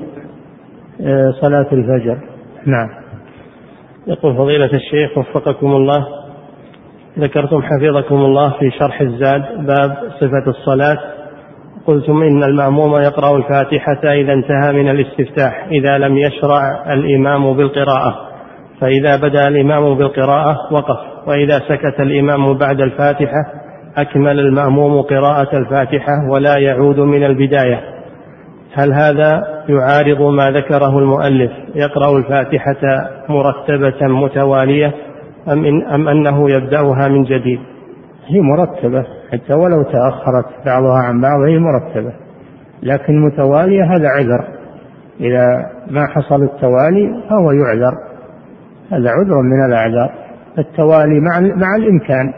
صلاة الفجر. نعم. يقول فضيلة الشيخ وفقكم الله: ذكرتم حفظكم الله في شرح الزاد باب صفة الصلاة، قلتم إن المأموم يقرأ الفاتحة إذا انتهى من الاستفتاح إذا لم يشرع الإمام بالقراءة، فإذا بدأ الإمام بالقراءة وقف، وإذا سكت الإمام بعد الفاتحة أكمل المأموم قراءة الفاتحة ولا يعود من البداية. هل هذا يعارض ما ذكره المؤلف يقرأ الفاتحة مرتبة متوالية أم, إن أم أنه يبدأها من جديد؟ هي مرتبة حتى ولو تأخرت بعضها عن بعض، هي مرتبة، لكن متوالية هذا عذر، إذا ما حصل التوالي فهو يعذر، هذا عذر من الأعذار. التوالي مع مع الإمكان،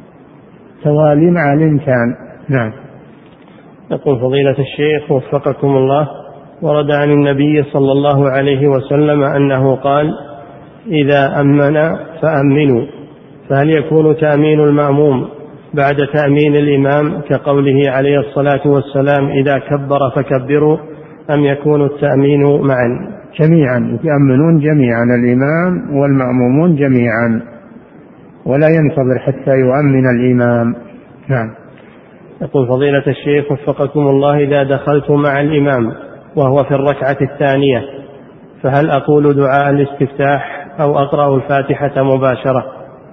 توالي مع الإمكان. نعم. يقول فضيلة الشيخ وفقكم الله: ورد عن النبي صلى الله عليه وسلم أنه قال: إذا أمن فأمنوا، فهل يكون تأمين المأموم بعد تأمين الإمام كقوله عليه الصلاة والسلام إذا كبر فكبروا، أم يكون التأمين معا؟ جميعا، يأمنون جميعا، الإمام والمأمومون جميعا، ولا ينتظر حتى يؤمن الإمام. نعم. يقول فضيلة الشيخ وفقكم الله: إذا دخلت مع الإمام وهو في الركعة الثانية فهل أقول دعاء الاستفتاح أو أقرأ الفاتحة مباشرة؟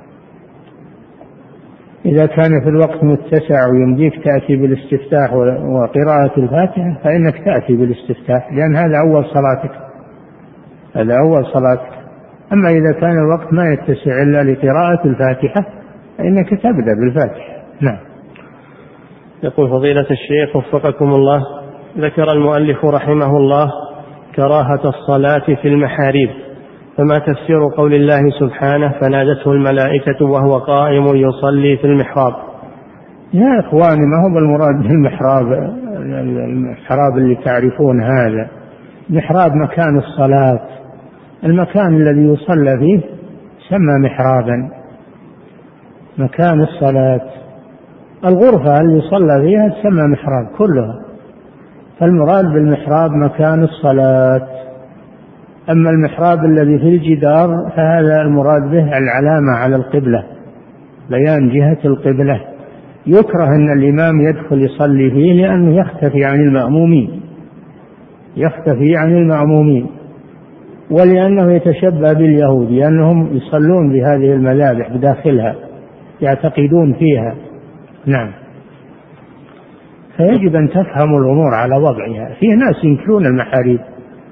إذا كان في الوقت متسع ويمديك تأتي بالاستفتاح وقراءة الفاتحة فإنك تأتي بالاستفتاح، لأن هذا أول صلاتك، هذا أول صلاتك. أما إذا كان الوقت ما يتسع إلا لقراءة الفاتحة فإنك تبدأ بالفاتحة. نعم. يقول فضيلة الشيخ وفقكم الله: ذكر المؤلف رحمه الله كراهة الصلاة في المحاريب، فما تفسير قول الله سبحانه: فنادته الملائكة وهو قائم يصلي في المحراب؟ يا إخواني ما هو بالمراد بالمحراب المحراب اللي تعرفون هذا، محراب مكان الصلاة، المكان الذي يصلى فيه سمى محرابا، مكان الصلاة، الغرفة اللي يصلى فيها تسمى محراب كلها، فالمراد بالمحراب مكان الصلاة. أما المحراب الذي في الجدار فهذا المراد به العلامة على القبلة، بيان جهة القبلة. يكره أن الإمام يدخل يصلي فيه لأنه يختفي عن المأمومين، يختفي عن المأمومين، ولأنه يتشبه باليهود لأنهم يصلون بهذه المذابح بداخلها، يعتقدون فيها. نعم، فيجب أن تفهموا الأمور على وضعها. فيه ناس ينكرون المحاريب،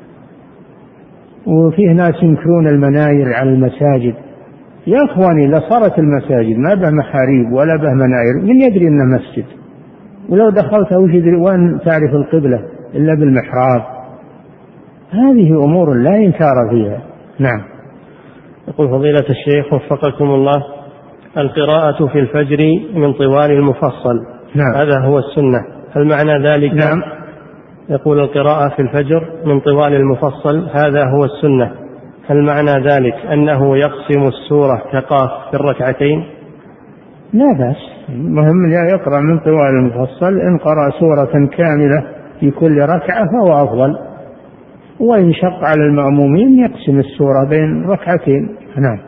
وفيه ناس ينكرون المناير على المساجد. يا أخواني إذا صارت المساجد ما به محاريب ولا به مناير من يدري أنه مسجد؟ ولو دخلت وش يدري وين تعرف القبلة إلا بالمحراب؟ هذه أمور لا إنكار فيها. نعم. يقول فضيلة الشيخ وفقكم الله: القراءة في الفجر من طوال المفصل، نعم. هذا هو السنة، هل معنى ذلك؟ نعم. يقول القراءة في الفجر من طوال المفصل هذا هو السنة، هل معنى ذلك أنه يقسم السورة كقاف في الركعتين؟ لا بأس، المهم يقرأ من طوال المفصل، إن قرأ سورة كاملة في كل ركعة فهو أفضل، وإن شق على المأمومين يقسم السورة بين ركعتين. نعم.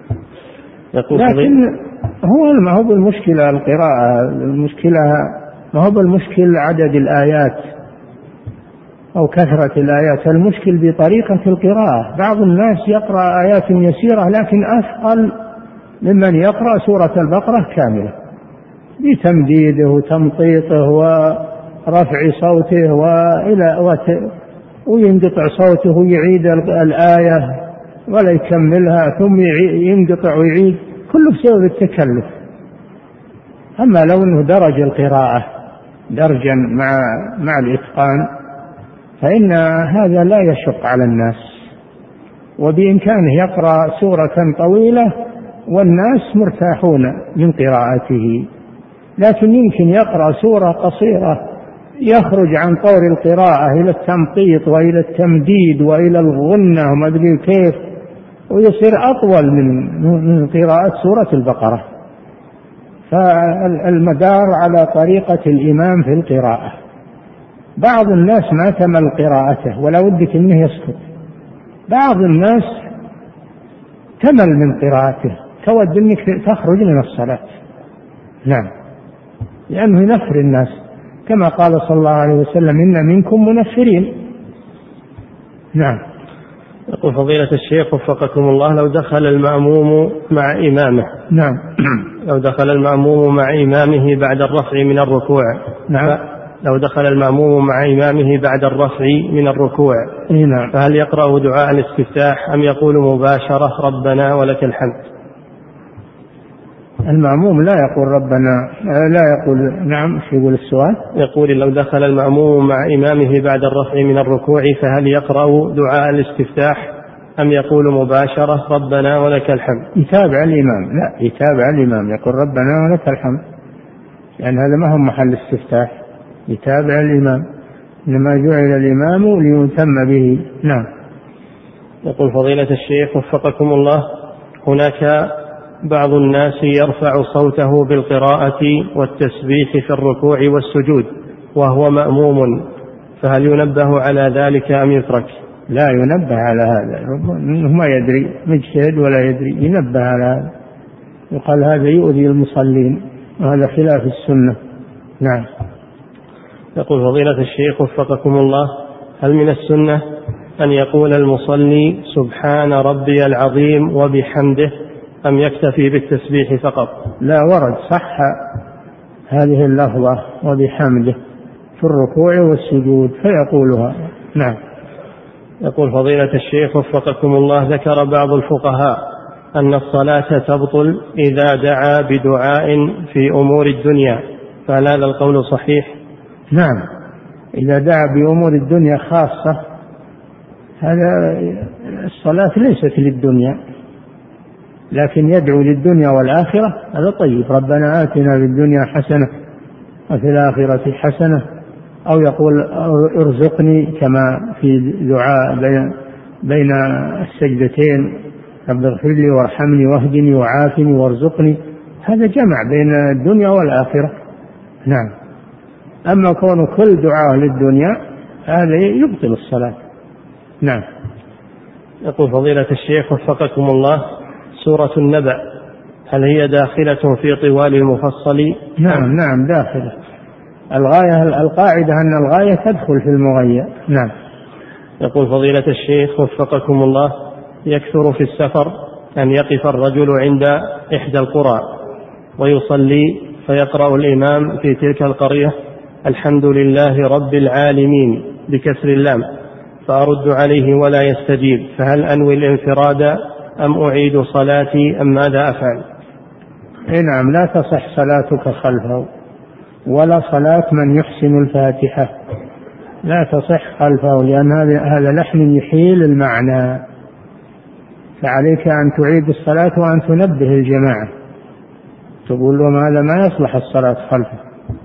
لكن هو ما هو بالمشكلة القراءة، المشكلة ما هو بالمشكلة عدد الآيات أو كثرة الآيات، المشكل بطريقة القراءة. بعض الناس يقرأ آيات يسيرة لكن أثقل ممن يقرأ سورة البقرة كاملة بتمديده وتمطيطه ورفع صوته وإلى وت... وينقطع صوته ويعيد الآية ولا يكملها ثم ينقطع ويعيد، كله بسبب التكلف. أما لو أنه درج القراءة درجا مع مع الإتقان فإن هذا لا يشق على الناس، وبإمكانه يقرأ سورة طويلة والناس مرتاحون من قراءته، لكن يمكن يقرأ سورة قصيرة يخرج عن طور القراءة إلى التمطيط وإلى التمديد وإلى الغنة وما أدري كيف، ويصير أطول من من قراءة سورة البقرة. فالمدار على طريقة الإمام في القراءة. بعض الناس ما تمل قراءته ولا ودك أنه يسكت، بعض الناس تمل من قراءته تود أنك تخرج من الصلاة. نعم، لأنه ينفر الناس كما قال صلى الله عليه وسلم: إن منكم منفرين. نعم. يقول فضيلة الشيخ وفقكم الله: لو دخل المأموم مع إمامه. نعم. لو دخل المأموم مع إمامه بعد الرفع من الركوع. نعم. لو دخل المأموم مع إمامه بعد الرفع من الركوع. نعم. فهل يقرأ دعاء الاستفتاح أم يقول مباشرة ربنا ولك الحمد؟ المأموم لا يقول ربنا، لا يقول. نعم. شو يقول السؤال؟ يقول لو دخل المأموم مع إمامه بعد الرفع من الركوع فهل يقرأ دعاء الاستفتاح أم يقول مباشرة ربنا ولك الحمد؟ يتابع الإمام. لا، يتابع الإمام، يقول ربنا ولك الحمد، لأن يعني هذا ما هو محل استفتاح. يتابع الإمام، إنما جعل الإمام ليتم به. نعم. يقول فضيلة الشيخ وفقكم الله: هناك بعض الناس يرفع صوته بالقراءة والتسبيح في الركوع والسجود وهو مأموم، فهل ينبه على ذلك أم يترك؟ لا ينبه على هذا، ما يدري، مجتهد ولا يدري، ينبه على هذا، يقال هذا يؤذي المصلين وهذا خلاف السنة. نعم. يقول فضيلة الشيخ وفقكم الله: هل من السنة أن يقول المصلي سبحان ربي العظيم وبحمده أم يكتفي بالتسبيح فقط؟ لا، ورد صح هذه اللفظة وبحمده في الركوع والسجود فيقولها. نعم. يقول فضيلة الشيخ وفقكم الله: ذكر بعض الفقهاء أن الصلاة تبطل إذا دعا بدعاء في أمور الدنيا، فهل هذا القول صحيح؟ نعم، إذا دعا بأمور الدنيا خاصة، هذا الصلاة ليست للدنيا، لكن يدعو للدنيا والآخرة هذا طيب، ربنا آتنا في الدنيا حسنة وفي الآخرة حسنة، أو يقول ارزقني كما في دعاء بين, بين السجدتين، رب اغفر لي وارحمني واهدني وعافني وارزقني، هذا جمع بين الدنيا والآخرة. نعم. أما كون كل دعاء للدنيا هذا يبطل الصلاة. نعم. يقول فضيلة الشيخ وفقكم الله، سورة النبأ هل هي داخلة في طوال المفصل؟ نعم نعم داخلة. الغاية القاعدة أن الغاية تدخل في المغية. نعم. يقول فضيلة الشيخ وفقكم الله، يكثر في السفر أن يقف الرجل عند إحدى القرى ويصلي فيقرأ الإمام في تلك القرية الحمد لله رب العالمين بكسر اللام، فأرد عليه ولا يستجيب، فهل أنوي الانفراد أم أعيد صلاتي أم ماذا أفعل؟ نعم، لا تصح صلاتك خلفه ولا صلاة من يحسن الفاتحة، لا تصح خلفه، لأن هذا لحن يحيل المعنى، فعليك أن تعيد الصلاة وأن تنبه الجماعة، تقول لهم هذا ما يصلح الصلاة خلفه،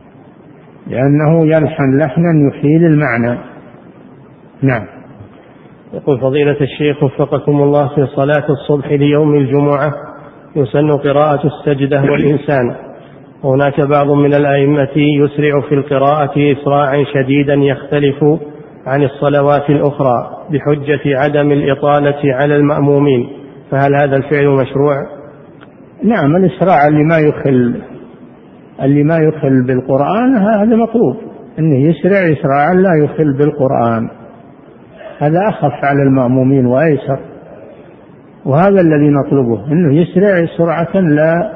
لأنه يلحن لحنا يحيل المعنى. نعم. يقول فضيلة الشيخ وفقكم الله، في صلاة الصبح ليوم الجمعة يسن قراءة السجدة والإنسان، هناك بعض من الأئمة يسرع في القراءة إسراعا شديدا يختلف عن الصلوات الأخرى بحجة عدم الإطالة على المأمومين، فهل هذا الفعل مشروع؟ نعم، الإسراع اللي ما يخل اللي ما يخل بالقرآن هذا مطلوب، أنه يسرع إسراعا لا يخل بالقرآن، هذا أخف على المأمومين وأيسر، وهذا الذي نطلبه، أنه يسرع سرعة لا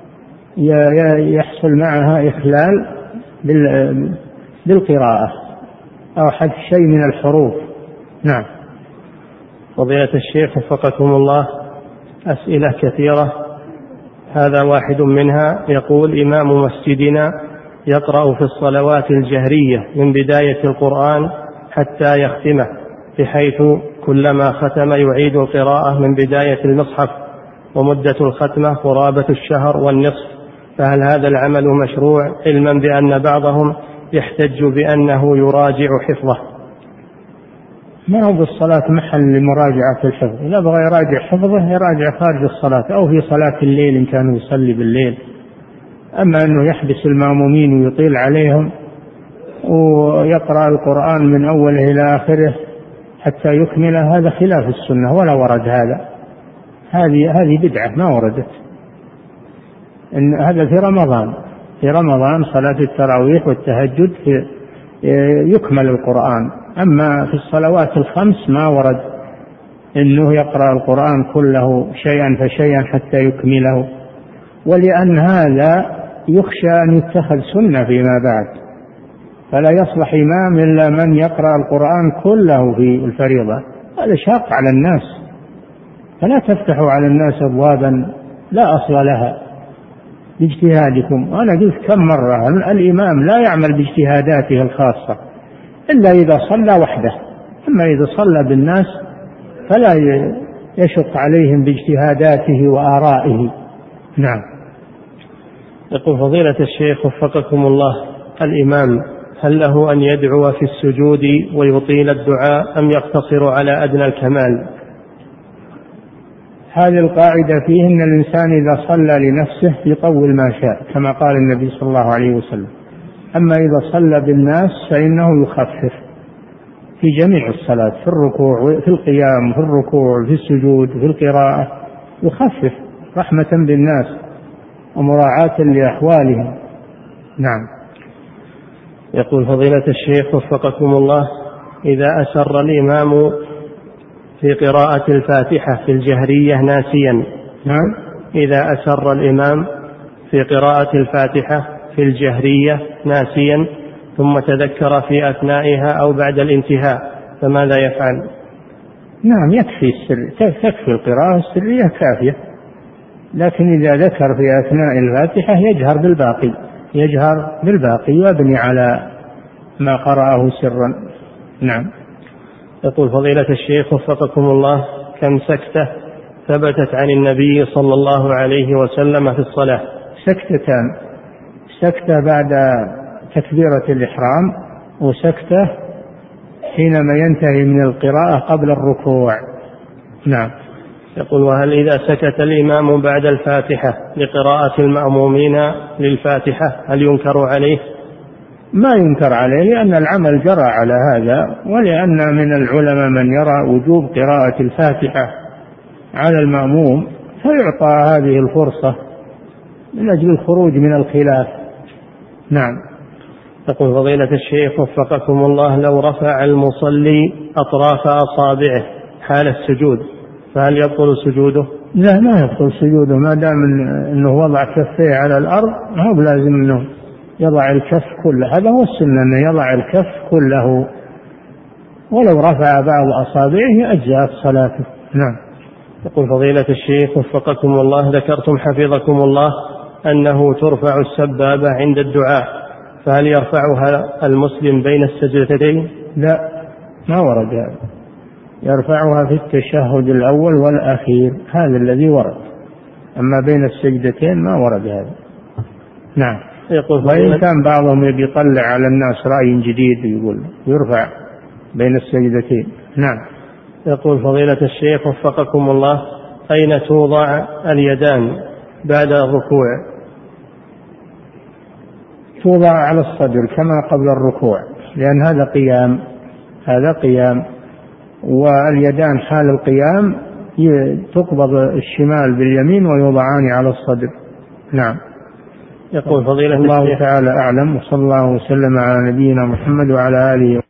يحصل معها إخلال بالقراءة أو حذف شيء من الحروف. نعم. فضيلة الشيخ وفقكم الله، أسئلة كثيرة، هذا واحد منها يقول إمام مسجدنا يقرأ في الصلوات الجهرية من بداية القرآن حتى يختمه، بحيث كلما ختم يعيد القراءة من بداية المصحف، ومدة الختمة قرابة الشهر والنصف، فهل هذا العمل مشروع، علما بأن بعضهم يحتج بأنه يراجع حفظه؟ ما هو بالصلاة محل لمراجعة الحفظ، إذا بغى يراجع حفظه يراجع خارج الصلاة أو في صلاة الليل إن كان يصلي بالليل، أما أنه يحبس المأمومين ويطيل عليهم ويقرأ القرآن من أوله إلى آخره حتى يكمله، هذا خلاف السنة ولا ورد هذا، هذه هذه بدعة ما وردت. إن هذا في رمضان، في رمضان صلاة التراويح والتهجد في يكمل القرآن، أما في الصلوات الخمس ما ورد إنه يقرأ القرآن كله شيئا فشيئا حتى يكمله، ولأن هذا يخشى أن يتخذ سنة فيما بعد، فلا يصلح إمام إلا من يقرأ القرآن كله في الفريضة، هذا شاق على الناس، فلا تفتحوا على الناس أبوابا لا أصل لها باجتهادكم. وأنا قلت كم مرة الإمام لا يعمل باجتهاداته الخاصة إلا إذا صلى وحده، أما إذا صلى بالناس فلا يشق عليهم باجتهاداته وآرائه. نعم. يقول فضيلة الشيخ وفقكم الله، الإمام هل له أن يدعو في السجود ويطيل الدعاء أم يقتصر على أدنى الكمال؟ هذه القاعدة فيه أن الإنسان إذا صلى لنفسه يطول ما شاء كما قال النبي صلى الله عليه وسلم، أما إذا صلى بالناس فإنه يخفف في جميع الصلاة، في الركوع في القيام في الركوع في السجود في القراءة، يخفف رحمة بالناس ومراعاة لأحوالهم. نعم. يقول فضيلة الشيخ وفقكم الله، إذا أسر الإمام في قراءة الفاتحة في الجهرية ناسيا، نعم، إذا أسر الإمام في قراءة الفاتحة في الجهرية ناسيا ثم تذكر في أثنائها أو بعد الانتهاء فماذا يفعل؟ نعم، يكفي السر، تكفي القراءة السرية كافية، لكن إذا ذكر في أثناء الفاتحة يجهر بالباقي، يجهر بالباقي ويبني على ما قرأه سرا. نعم. يقول فضيلة الشيخ وفقكم الله، كم سكتة ثبتت عن النبي صلى الله عليه وسلم في الصلاة؟ سكتتان، سكتة بعد تكبيرة الإحرام، وسكتة حينما ينتهي من القراءة قبل الركوع. نعم. يقول: وهل إذا سكت الإمام بعد الفاتحة لقراءة المأمومين للفاتحة هل ينكر عليه؟ ما ينكر عليه، لأن العمل جرى على هذا، ولأن من العلماء من يرى وجوب قراءة الفاتحة على المأموم، فيعطى هذه الفرصة من أجل الخروج من الخلاف. نعم. يقول: فضيلة الشيخ وفقكم الله، لو رفع المصلي أطراف أصابعه حال السجود فهل يبطل سجوده؟ لا، ما يبطل سجوده ما دام أنه وضع كفيه على الأرض، ما هو لازم أنه يضع الكف كله، هذا هو السنة أنه يضع الكف كله، ولو رفع بعض أصابعه أجزأت صلاته. نعم. يقول: فضيلة الشيخ وفقكم الله، ذكرتم حفظكم الله أنه ترفع السبابة عند الدعاء، فهل يرفعها المسلم بين السجدتين؟ لا، ما ورد هذا، يرفعها في التشهد الأول والأخير، هذا الذي ورد، أما بين السجدتين ما ورد هذا. نعم. يقول: وإن كان بعضهم يطلع على الناس رأي جديد يقول يرفع بين السجدتين. نعم. يقول: فضيلة الشيخ وفقكم الله، أين توضع اليدان بعد الركوع؟ توضع على الصدر كما قبل الركوع، لأن هذا قيام، هذا قيام، واليدان حال القيام تقبض الشمال باليمين ويوضعان على الصدر. نعم. يقول: فضيلة الله تعالى أعلم، وصلى الله وسلم على نبينا محمد وعلى آله